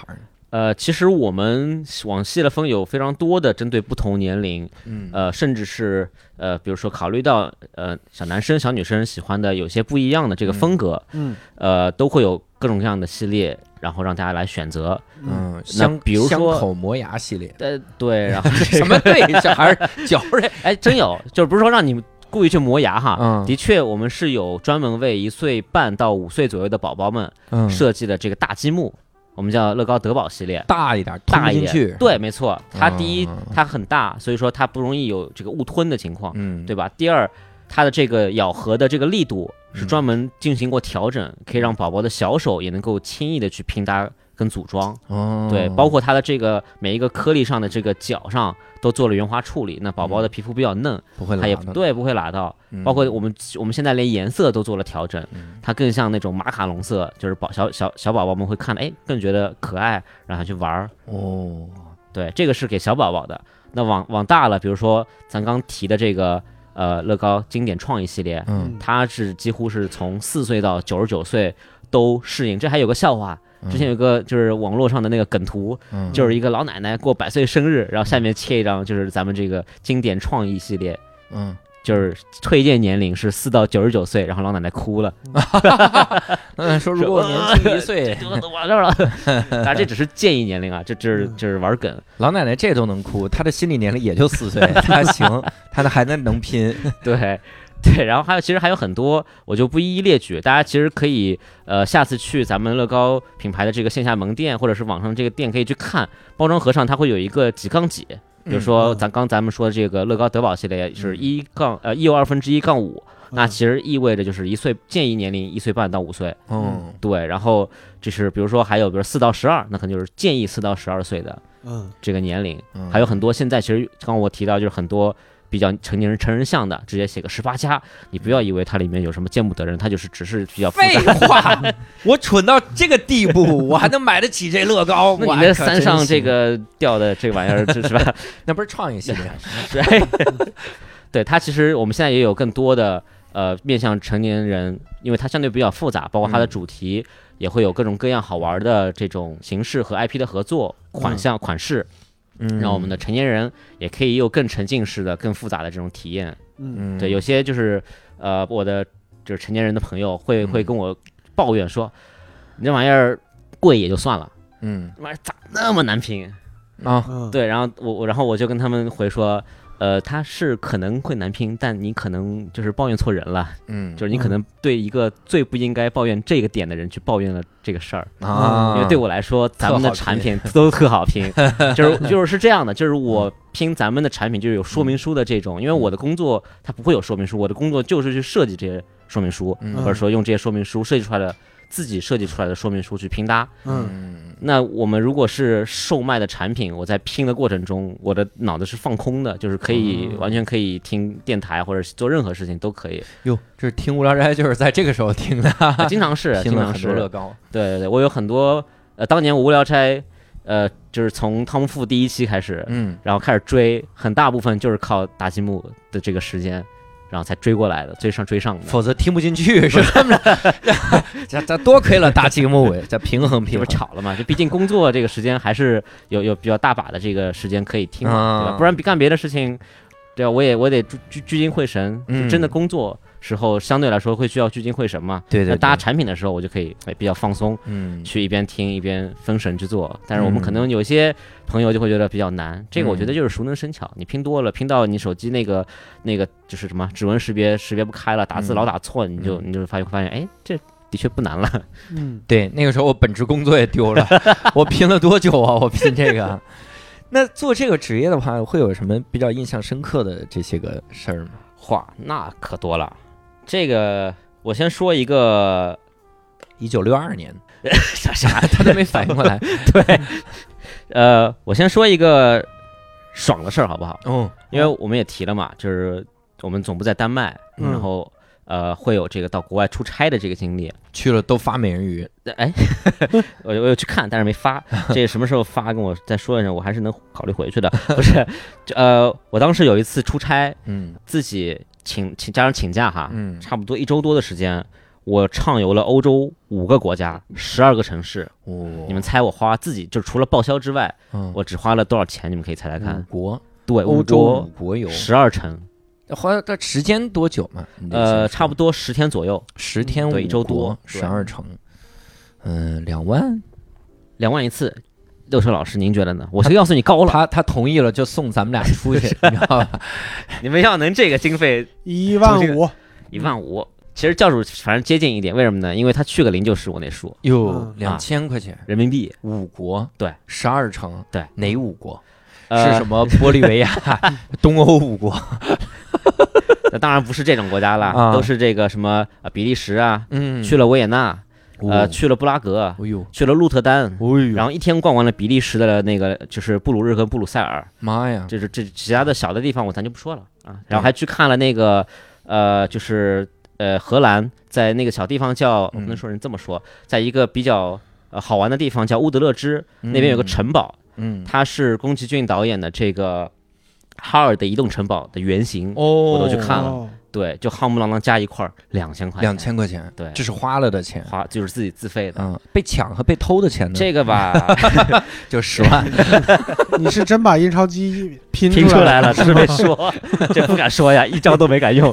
[SPEAKER 3] 呃，其实我们往细了分有非常多的针对不同年龄，嗯，呃，甚至是呃，比如说考虑到呃小男生、小女生喜欢的有些不一样的这个风格，嗯，呃，都会有各种各样的系列，然后让大家来选择，
[SPEAKER 1] 嗯，那比如说香口磨牙系列，
[SPEAKER 3] 对对，然后
[SPEAKER 1] 什么对小孩嚼着，
[SPEAKER 3] 哎，真有，就是不是说让你们故意去磨牙哈，嗯，的确，我们是有专门为一岁半到五岁左右的宝宝们设计的这个大积木。我们叫乐高德宝系列，
[SPEAKER 1] 大一点，
[SPEAKER 3] 大一
[SPEAKER 1] 点，
[SPEAKER 3] 对，没错。它第一，它很大，所以说它不容易有这个误吞的情况，嗯，对吧？第二，它的这个咬合的这个力度是专门进行过调整，嗯、可以让宝宝的小手也能够轻易的去拼搭跟组装。哦，对，包括它的这个每一个颗粒上的这个角上都做了圆滑处理，那宝宝的皮肤比较嫩，
[SPEAKER 1] 不会，
[SPEAKER 3] 它也对不会拉到。包括我们我们现在连颜色都做了调整，它更像那种马卡龙色，就是宝小小小宝宝们会看，哎，更觉得可爱，让他去玩哦。对，这个是给小宝宝的。那往往大了，比如说咱刚提的这个呃乐高经典创意系列，嗯，它是几乎是从四岁到九十九岁都适应。这还有个笑话。之前有个就是网络上的那个梗图，嗯、就是一个老奶奶过百岁生日，然后下面切一张就是咱们这个经典创意系列，嗯，就是推荐年龄是四到九十九岁，然后老奶奶哭了，
[SPEAKER 1] 嗯，说如果年轻一岁
[SPEAKER 3] 都完事了，当然这只是建议年龄啊，这这是这是玩梗，
[SPEAKER 1] 老奶奶这都能哭，她的心理年龄也就四岁，她行，她的孩子能拼，
[SPEAKER 3] 对。对，然后还有其实还有很多，我就不一一列举。大家其实可以呃下次去咱们乐高品牌的这个线下门店，或者是网上这个店可以去看包装盒上，它会有一个几杠几，比如说咱刚咱们说的这个乐高德宝系列是一杠呃一又二分之一杠五，那其实意味着就是一岁建议年龄一岁半到五岁。嗯，对，然后就是比如说还有比如四到十二，那可能就是建议四到十二岁的嗯这个年龄，还有很多现在其实刚刚我提到就是很多。比较成年人成人像的，直接写个十八加，你不要以为它里面有什么见不得人，它就是只是比较复杂。
[SPEAKER 1] 废话，我蠢到这个地步，我还能买得起这乐高？
[SPEAKER 3] 那你这山上这个掉的这个玩意儿，是吧？
[SPEAKER 1] 那不是创意系列？
[SPEAKER 3] 是。对，它其实我们现在也有更多的呃面向成年人，因为它相对比较复杂，包括它的主题、嗯、也会有各种各样好玩的这种形式和 I P 的合作款项、嗯、款式。嗯，让我们的成年人也可以有更沉浸式的、更复杂的这种体验。嗯，对，有些就是呃，我的就是成年人的朋友会会跟我抱怨说，你这玩意儿贵也就算了，嗯，这玩意儿咋那么难拼啊？对，然后我我然后我就跟他们回说。呃，它是可能会难拼，但你可能就是抱怨错人了，嗯，就是你可能对一个最不应该抱怨这个点的人去抱怨了这个事儿啊，因为对我来说，咱们的产品都特好拼，就是就是是这样的，就是我拼咱们的产品就是有说明书的这种，因为我的工作它不会有说明书，我的工作就是去设计这些说明书，嗯、或者说用这些说明书设计出来的。自己设计出来的说明书去拼搭，嗯，那我们如果是售卖的产品，我在拼的过程中，我的脑子是放空的，就是可以、嗯、完全可以听电台或者做任何事情都可以。
[SPEAKER 1] 哟，这是听无聊斋，就是在这个时候听的，
[SPEAKER 3] 啊、经常是，经常是乐高。对对对，我有很多呃，当年无聊斋，呃，就是从汤姆富第一期开始，嗯，然后开始追，很大部分就是靠大积木的这个时间。然后才追过来的，追上追上的，
[SPEAKER 1] 否则听不进去是他们。这这多亏了大积木，这平衡平衡，
[SPEAKER 3] 不是吵了嘛？就毕竟工作这个时间还是有有比较大把的这个时间可以听，啊、对吧？不然干别的事情，对吧？我也我得聚聚聚精会神，嗯、真的工作时候相对来说会需要聚精会神嘛。
[SPEAKER 1] 对 对, 对。
[SPEAKER 3] 搭产品的时候，我就可以比较放松，嗯，去一边听一边分神之作。但是我们可能有些朋友就会觉得比较难，嗯、这个我觉得就是熟能生巧。你拼多了，拼到你手机那个那个就是什么指纹识别识别不开了，打字老打错，嗯、你就你就发现发现，哎，这的确不难了。
[SPEAKER 1] 嗯，对，那个时候我本职工作也丢了，我拼了多久啊？我拼这个。那做这个职业的话，会有什么比较印象深刻的这些个事儿吗？
[SPEAKER 3] 哇，那可多了。这个我先说一个，
[SPEAKER 1] 一九六二年，
[SPEAKER 3] 啥啥
[SPEAKER 1] 他都没反应过来。
[SPEAKER 3] 对，呃，我先说一个爽的事儿好不好？嗯，因为我们也提了嘛，就是我们总部在丹麦，嗯、然后呃会有这个到国外出差的这个经历，
[SPEAKER 1] 去了都发美人鱼。
[SPEAKER 3] 哎，我我有去看，但是没发。这什么时候发？跟我再说一声，我还是能考虑回去的。不是，呃，我当时有一次出差，嗯，自己请请加上请假哈，嗯，差不多一周多的时间， 我畅游了欧洲五个国家，十二个城市。哦，你们猜我花自己就除了报销之外，嗯，我只花了多少钱？你们可以猜猜看。
[SPEAKER 1] 五国，
[SPEAKER 3] 对，
[SPEAKER 1] 欧洲
[SPEAKER 3] 五
[SPEAKER 1] 国游，
[SPEAKER 3] 十二城。
[SPEAKER 1] 花的时间多久嘛？
[SPEAKER 3] 呃，差不多十天左右，
[SPEAKER 1] 十天
[SPEAKER 3] 对，一周多，
[SPEAKER 1] 十二城。嗯，两万，
[SPEAKER 3] 两万一次。六兽老师，您觉得呢？我是告诉你高了，
[SPEAKER 1] 他他同意了就送咱们俩出去，你知道吧？
[SPEAKER 3] 你们要能这个经费
[SPEAKER 2] 一万五，
[SPEAKER 3] 一万五。其实教主反正接近一点，为什么呢？因为他去个零就是我那数，
[SPEAKER 1] 哟，两千块钱
[SPEAKER 3] 人民币，
[SPEAKER 1] 五国，
[SPEAKER 3] 对，
[SPEAKER 1] 十二城，
[SPEAKER 3] 对，
[SPEAKER 1] 哪五国？是什么？玻利维亚、东欧五国？
[SPEAKER 3] 那当然不是这种国家了，
[SPEAKER 1] 啊、
[SPEAKER 3] 都是这个什么比利时啊，
[SPEAKER 1] 嗯，
[SPEAKER 3] 去了维也纳。呃，去了布拉格，
[SPEAKER 1] 哎呦，
[SPEAKER 3] 去了鹿特丹，
[SPEAKER 1] 哎呦，
[SPEAKER 3] 然后一天逛完了比利时的那个，就是布鲁日和布鲁塞尔。
[SPEAKER 1] 妈呀，
[SPEAKER 3] 这是这其他的小的地方我咱就不说了啊。然后还去看了那个，呃，就是呃荷兰，在那个小地方叫，我不能说人这么说，在一个比较呃好玩的地方叫乌德勒支，那边有个城堡，
[SPEAKER 1] 嗯，
[SPEAKER 3] 它是宫崎骏导演的这个哈尔的移动城堡的原型，
[SPEAKER 1] 哦，
[SPEAKER 3] 我都去看了。对，就夯不啷当加一块两千块钱，
[SPEAKER 1] 两千块钱，
[SPEAKER 3] 对，
[SPEAKER 1] 这是花了的钱，
[SPEAKER 3] 花就是自己自费的。
[SPEAKER 1] 嗯，被抢和被偷的钱呢？
[SPEAKER 3] 这个吧，
[SPEAKER 1] 就十万。
[SPEAKER 2] 你是真把印钞机拼
[SPEAKER 3] 拼出来了，是没说，这不敢说呀，一张都没敢用。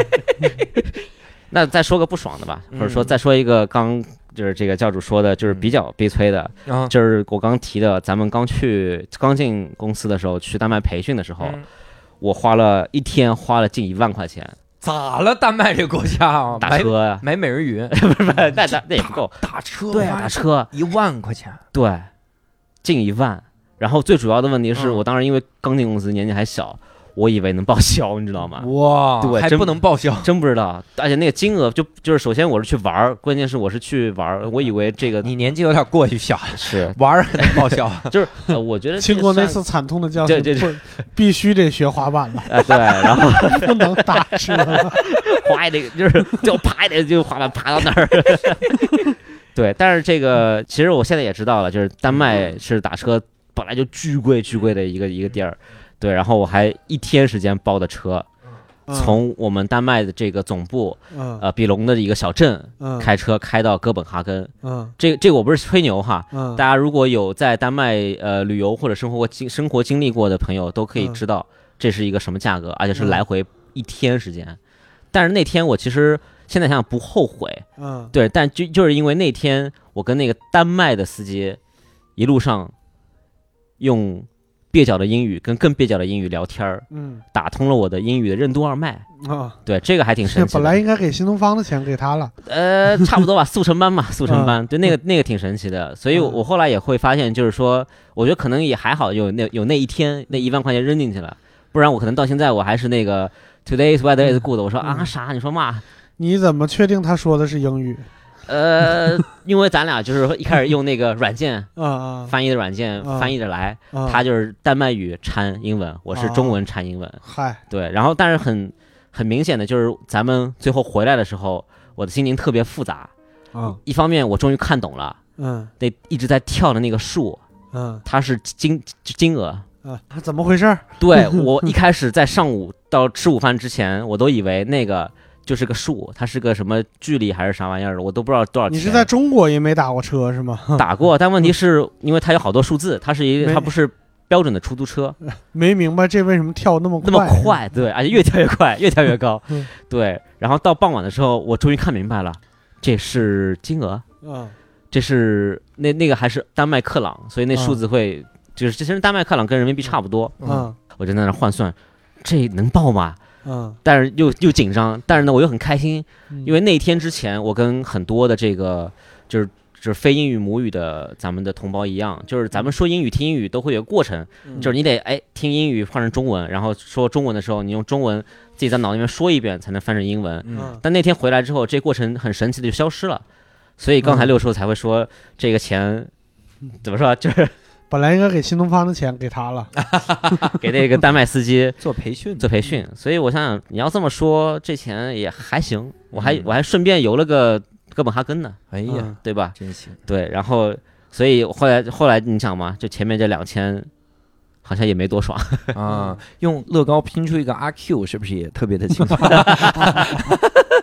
[SPEAKER 3] 那再说个不爽的吧，或者说再说一个刚就是这个教主说的，就是比较悲催的，
[SPEAKER 1] 嗯、
[SPEAKER 3] 就是我刚提的，咱们刚去刚进公司的时候，去丹麦培训的时候，嗯、我花了一天花了近一万块钱。
[SPEAKER 1] 咋了？丹麦这个国家啊，
[SPEAKER 3] 打车呀、
[SPEAKER 1] 啊，买美人鱼，
[SPEAKER 3] 不是不是，那那那也不够，
[SPEAKER 1] 打车，
[SPEAKER 3] 对，打车
[SPEAKER 1] 一万块钱，
[SPEAKER 3] 对，近一万。然后最主要的问题是、嗯、我当时因为刚进公司，年纪还小。我以为能报销，你知道吗？
[SPEAKER 1] 哇，
[SPEAKER 3] 对，
[SPEAKER 1] 还不能报销，
[SPEAKER 3] 真不知道。而且那个金额就就是，首先我是去玩，关键是我是去玩，我以为这个
[SPEAKER 1] 你年纪有点过于小，
[SPEAKER 3] 是
[SPEAKER 1] 玩还能报销，
[SPEAKER 3] 就是、呃、我觉得
[SPEAKER 2] 经过那次惨痛的教训，
[SPEAKER 3] 对对对，
[SPEAKER 2] 必须得学滑板了。
[SPEAKER 3] 啊，对，然后
[SPEAKER 2] 不能打车了，
[SPEAKER 3] 滑也得就是就爬也得就滑板爬到那儿。对，但是这个其实我现在也知道了，就是丹麦是打车本来就巨贵巨贵的一个一个地儿。对，然后我还一天时间包的车，嗯、从我们丹麦的这个总部，嗯、呃，比隆的一个小镇，嗯、开车开到哥本哈根。嗯，这个这个我不是吹牛哈，嗯、大家如果有在丹麦呃旅游或者生活经生活经历过的朋友，都可以知道这是一个什么价格，而且是来回一天时间。但是那天我其实现在想想不后悔，嗯，对，但就就是因为那天我跟那个丹麦的司机一路上用蹩脚的英语跟更蹩脚的英语聊天儿，嗯，打通了我的英语的任督二脉啊，对，这个还挺神奇的。
[SPEAKER 2] 本来应该给新东方的钱给他了，
[SPEAKER 3] 呃，差不多吧，速成班嘛，速成班，对，那个那个挺神奇的。所以我后来也会发现，就是说，我觉得可能也还好，有那有那一天那一万块钱扔进去了，不然我可能到现在我还是那个 Today's weather is good，我说啊啥？你说嘛？
[SPEAKER 2] 你怎么确定他说的是英语？
[SPEAKER 3] 呃，因为咱俩就是一开始用那个软件啊翻译的软件翻译着来，他就是丹麦语掺英文，我是中文掺英文。
[SPEAKER 2] 嗨，
[SPEAKER 3] 对，然后但是很很明显的就是咱们最后回来的时候，我的心情特别复杂啊。一方面我终于看懂了，嗯，那一直在跳的那个树，嗯，它是金金鹅
[SPEAKER 2] 啊，怎么回事？
[SPEAKER 3] 对，我一开始在上午到吃午饭之前，我都以为那个。就是个数，它是个什么距离还是啥玩意儿，我都不知道多少钱。
[SPEAKER 2] 你是在中国也没打过车是吗？
[SPEAKER 3] 打过，但问题是因为它有好多数字，它是一它不是标准的出租车。
[SPEAKER 2] 没明白这为什么跳那么快？
[SPEAKER 3] 那么快，对，而且越跳越快，越跳越高。对，然后到傍晚的时候，我终于看明白了，这是金额，嗯，这是那那个还是丹麦克朗，所以那数字会、嗯、就是其实丹麦克朗跟人民币差不多。嗯，我就在那换算，这能报吗？嗯，但是又又紧张，但是呢，我又很开心，因为那天之前，我跟很多的这个就是就是非英语母语的咱们的同胞一样，就是咱们说英语听英语都会有个过程，嗯、就是你得哎听英语换成中文，然后说中文的时候，你用中文自己在脑子里面说一遍才能翻成英文。嗯，但那天回来之后，这过程很神奇的就消失了，所以刚才六叔才会说这个钱、嗯、怎么说，就是
[SPEAKER 2] 本来应该给新东方的钱给他了，
[SPEAKER 3] 给那个丹麦司机
[SPEAKER 1] 做培训，
[SPEAKER 3] 做培训。所以我想想，你要这么说，这钱也还行。我还、嗯、我还顺便游了个哥本哈根呢。
[SPEAKER 1] 哎呀，
[SPEAKER 3] 嗯、对吧？
[SPEAKER 1] 真行。
[SPEAKER 3] 对，然后所以后来后来你想嘛，就前面这两千，好像也没多爽
[SPEAKER 1] 啊。用乐高拼出一个阿 Q， 是不是也特别的轻松？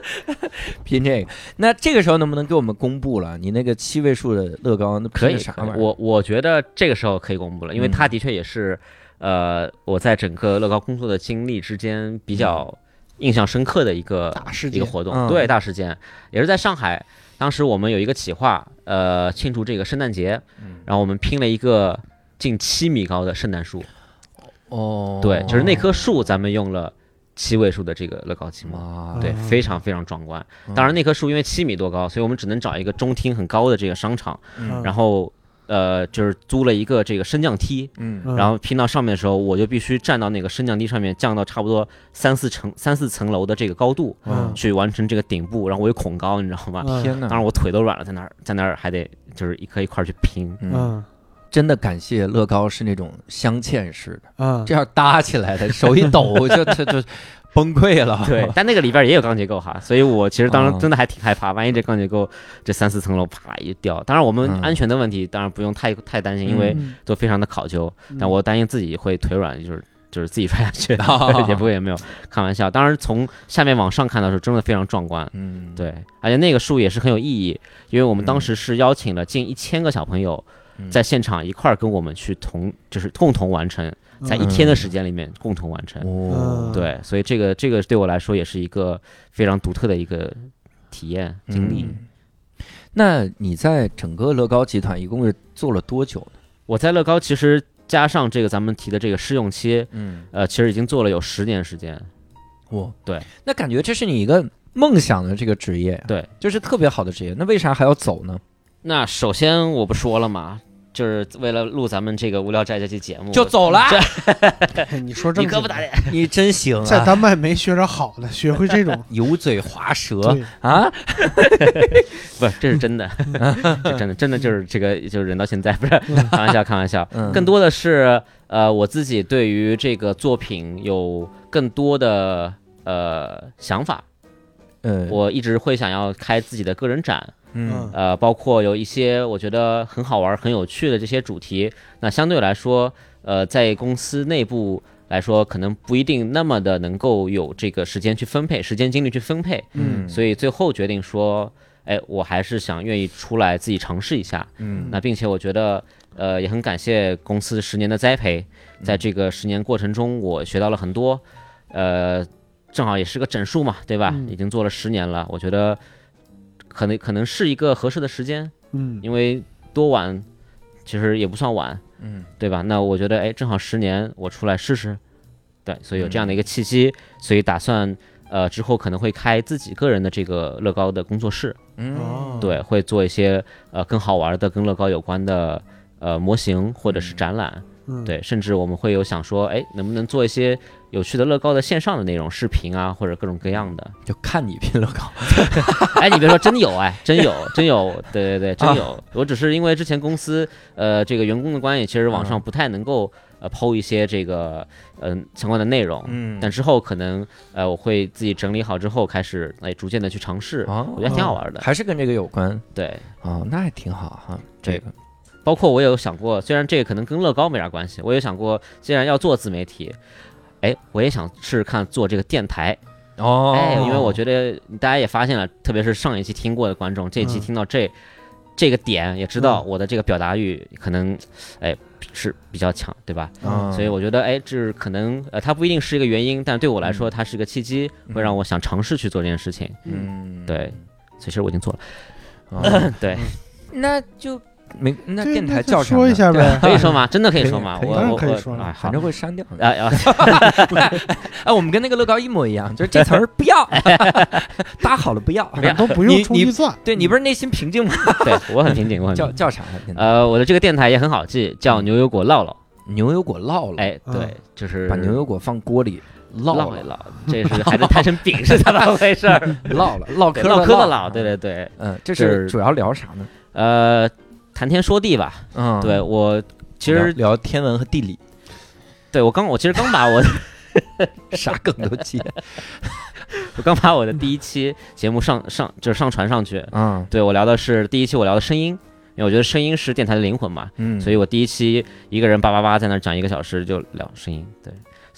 [SPEAKER 1] 拼这个。那这个时候能不能给我们公布了？你那个七位数的乐高，那
[SPEAKER 3] 可以
[SPEAKER 1] 啥玩意儿？
[SPEAKER 3] 我我觉得这个时候可以公布了，因为它的确也是，嗯、呃，我在整个乐高工作的经历之间比较印象深刻的一个
[SPEAKER 2] 大事件
[SPEAKER 3] 一个活动，
[SPEAKER 1] 嗯、
[SPEAKER 3] 对，大事件，也是在上海。当时我们有一个企划，呃，庆祝这个圣诞节，然后我们拼了一个近七米高的圣诞树。
[SPEAKER 1] 哦，
[SPEAKER 3] 对，就是那棵树，咱们用了七位数的这个乐高积木，对，非常非常壮观。当然，那棵树因为七米多高，所以我们只能找一个中厅很高的这个商场，
[SPEAKER 1] 嗯、
[SPEAKER 3] 然后呃，就是租了一个这个升降梯，嗯，然后拼到上面的时候，我就必须站到那个升降梯上面，降到差不多三四层三四层楼的这个高度，嗯，去完成这个顶部。然后我有恐高，你知道吗？
[SPEAKER 1] 天哪！
[SPEAKER 3] 当然我腿都软了，在那儿，在那儿还得就是一颗一块去拼，
[SPEAKER 1] 嗯。真的感谢乐高是那种镶嵌式的，嗯，这样搭起来的，手一抖就就就崩溃了。
[SPEAKER 3] 对，但那个里边也有钢结构哈，所以我其实当时真的还挺害怕，万一这钢结构这三四层楼啪一掉，当然我们安全的问题当然不用太太担心，因为都非常的考究，但我担心自己会腿软，就是就是自己摔下去，也不会也没有开玩笑。当然从下面往上看的时候，真的非常壮观，嗯，对，而且那个树也是很有意义，因为我们当时是邀请了近一千个小朋友。在现场一块儿跟我们去同，就是共同完成，在一天的时间里面共同完成。嗯、对，所以这个这个对我来说也是一个非常独特的一个体验经历。
[SPEAKER 1] 嗯、那你在整个乐高集团一共是做了多久呢？
[SPEAKER 3] 我在乐高其实加上这个咱们提的这个试用期，嗯，呃，其实已经做了有十年时间。
[SPEAKER 1] 哇，
[SPEAKER 3] 对，
[SPEAKER 1] 那感觉这是你一个梦想的这个职业，
[SPEAKER 3] 对，
[SPEAKER 1] 就是特别好的职业。那为啥还要走呢？
[SPEAKER 3] 那首先我不说了嘛。就是为了录咱们这个无聊斋这期节目
[SPEAKER 1] 就走了。
[SPEAKER 2] 你说这
[SPEAKER 3] 你可不打脸，
[SPEAKER 1] 你真行啊！
[SPEAKER 2] 在丹麦没学着好的，学会这种
[SPEAKER 1] 油嘴滑舌啊！
[SPEAKER 3] 不是，这是真的，这真的真的就是这个，就是人到现在不是开玩笑，开玩笑。嗯、更多的是呃，我自己对于这个作品有更多的呃想法。嗯，我一直会想要开自己的个人展。嗯，呃，包括有一些我觉得很好玩、很有趣的这些主题，那相对来说，呃，在公司内部来说，可能不一定那么的能够有这个时间去分配，时间精力去分配。嗯，所以最后决定说，哎，我还是想愿意出来自己尝试一下。嗯，那并且我觉得，呃，也很感谢公司十年的栽培，在这个十年过程中，我学到了很多，呃，正好也是个整数嘛，对吧？嗯、已经做了十年了，我觉得。可能可能是一个合适的时间，嗯，因为多晚其实也不算晚，嗯，对吧？那我觉得，哎，正好十年我出来试试，对，所以有这样的一个契机，嗯、所以打算呃之后可能会开自己个人的这个乐高的工作室，嗯，对，会做一些呃更好玩的跟乐高有关的呃模型或者是展览，嗯、对，甚至我们会有想说，哎，能不能做一些有趣的乐高的线上的内容，视频啊，或者各种各样的，
[SPEAKER 1] 就看你拼乐高。
[SPEAKER 3] 哎，你别说，真有哎，真有，真有，对对对，真有。啊、我只是因为之前公司呃这个员工的关系，其实网上不太能够呃抛一些这个嗯、呃、相关的内容，嗯，但之后可能呃我会自己整理好之后，开始哎逐渐的去尝试，啊、我觉得挺好玩的，
[SPEAKER 1] 还是跟这个有关，
[SPEAKER 3] 对，
[SPEAKER 1] 哦，那还挺好哈，这个。
[SPEAKER 3] 包括我也有想过，虽然这个可能跟乐高没啥关系，我也想过，既然要做自媒体。哎，我也想试试看做这个电台哦，哎，因为我觉得大家也发现了，特别是上一期听过的观众，这一期听到这、嗯、这个点，也知道我的这个表达欲可能，哎，是比较强，对吧？嗯、所以我觉得，哎，这可能呃，它不一定是一个原因，但对我来说，它是个契机，嗯、会让我想尝试去做这件事情。嗯，对，其实我已经做了。哦、对、
[SPEAKER 1] 嗯，那就。没，那电台叫啥？
[SPEAKER 2] 说一下呗，
[SPEAKER 3] 可以说吗？真的可以说吗？我
[SPEAKER 2] 当然可以说
[SPEAKER 1] 了，反正会删掉。
[SPEAKER 3] 哎呀，
[SPEAKER 1] 哎，我们跟那个乐高一模一样，就是这词儿不要，搭好了不要，
[SPEAKER 2] 都不用充预算。
[SPEAKER 1] 对你不是内心平静吗？
[SPEAKER 3] 对我很平静，我很
[SPEAKER 1] 叫叫啥？
[SPEAKER 3] 呃，我的这个电台也很好记，叫牛油果唠唠。
[SPEAKER 1] 牛油果唠唠，
[SPEAKER 3] 哎，对，就是
[SPEAKER 1] 把牛油果放锅里
[SPEAKER 3] 唠一唠，这是还是摊成饼是怎么回事？
[SPEAKER 1] 唠了唠嗑
[SPEAKER 3] 唠嗑的唠，对对对，
[SPEAKER 1] 嗯，这是主要聊啥呢？
[SPEAKER 3] 呃。谈天说地吧，嗯，对我其实
[SPEAKER 1] 聊, 聊天文和地理，
[SPEAKER 3] 对我刚我其实刚把我
[SPEAKER 1] 啥梗都接，
[SPEAKER 3] 我刚把我的第一期节目上上就是上传上去，嗯，对我聊的是第一期我聊的声音，因为我觉得声音是电台的灵魂嘛，嗯，所以我第一期一个人叭叭叭在那讲一个小时就聊声音，对，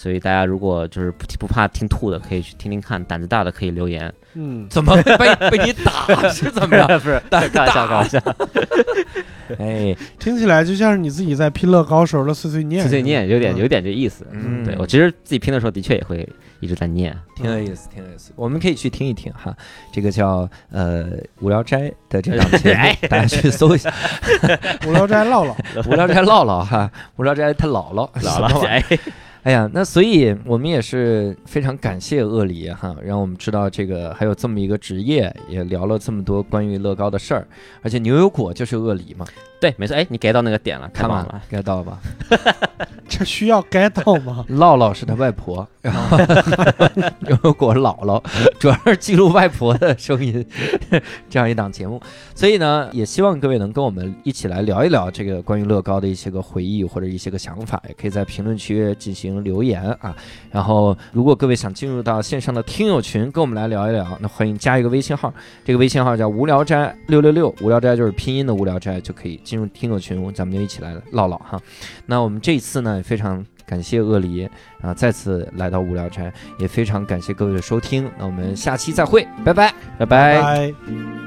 [SPEAKER 3] 所以大家如果就是不不怕听吐的，可以去听听看；胆子大的可以留言。
[SPEAKER 2] 嗯，
[SPEAKER 1] 怎么被被你打是怎么样？
[SPEAKER 3] 不是，
[SPEAKER 1] 胆子大，
[SPEAKER 3] 开玩笑。
[SPEAKER 1] 哎，
[SPEAKER 2] 听起来就像是你自己在拼乐高时候的碎碎念，
[SPEAKER 3] 碎碎念有点有点这意思。
[SPEAKER 1] 嗯，
[SPEAKER 3] 对我其实自己拼的时候的确也会一直在念，
[SPEAKER 1] 挺有意思，挺有意思。我们可以去听一听哈，这个叫呃无聊斋的这档节目，大家去搜一下。
[SPEAKER 2] 无聊斋唠唠，
[SPEAKER 1] 无聊斋唠唠哈，无聊斋他姥姥
[SPEAKER 3] 姥姥哎。
[SPEAKER 1] 哎呀，那所以我们也是非常感谢鳄梨哈，让我们知道这个还有这么一个职业，也聊了这么多关于乐高的事儿，而且牛油果就是鳄梨嘛。
[SPEAKER 3] 对，没错，哎，你 get 到那个点了，
[SPEAKER 1] 看
[SPEAKER 3] 完了
[SPEAKER 1] ，get 到了吧？
[SPEAKER 2] 这需要 get 到吗？
[SPEAKER 1] 姥姥是他外婆，然后牛油果姥姥，主要是记录外婆的声音，这样一档节目。所以呢，也希望各位能跟我们一起来聊一聊这个关于乐高的一些个回忆或者一些个想法，也可以在评论区进行留言啊。然后，如果各位想进入到线上的听友群，跟我们来聊一聊，那欢迎加一个微信号，这个微信号叫无聊斋六六六，无聊斋就是拼音的无聊斋，就可以进入听友群，咱们就一起来唠唠哈。那我们这一次呢，也非常感谢鳄梨啊，再次来到无聊斋，也非常感谢各位的收听。那我们下期再会，拜拜，
[SPEAKER 3] 拜拜。
[SPEAKER 2] 拜拜。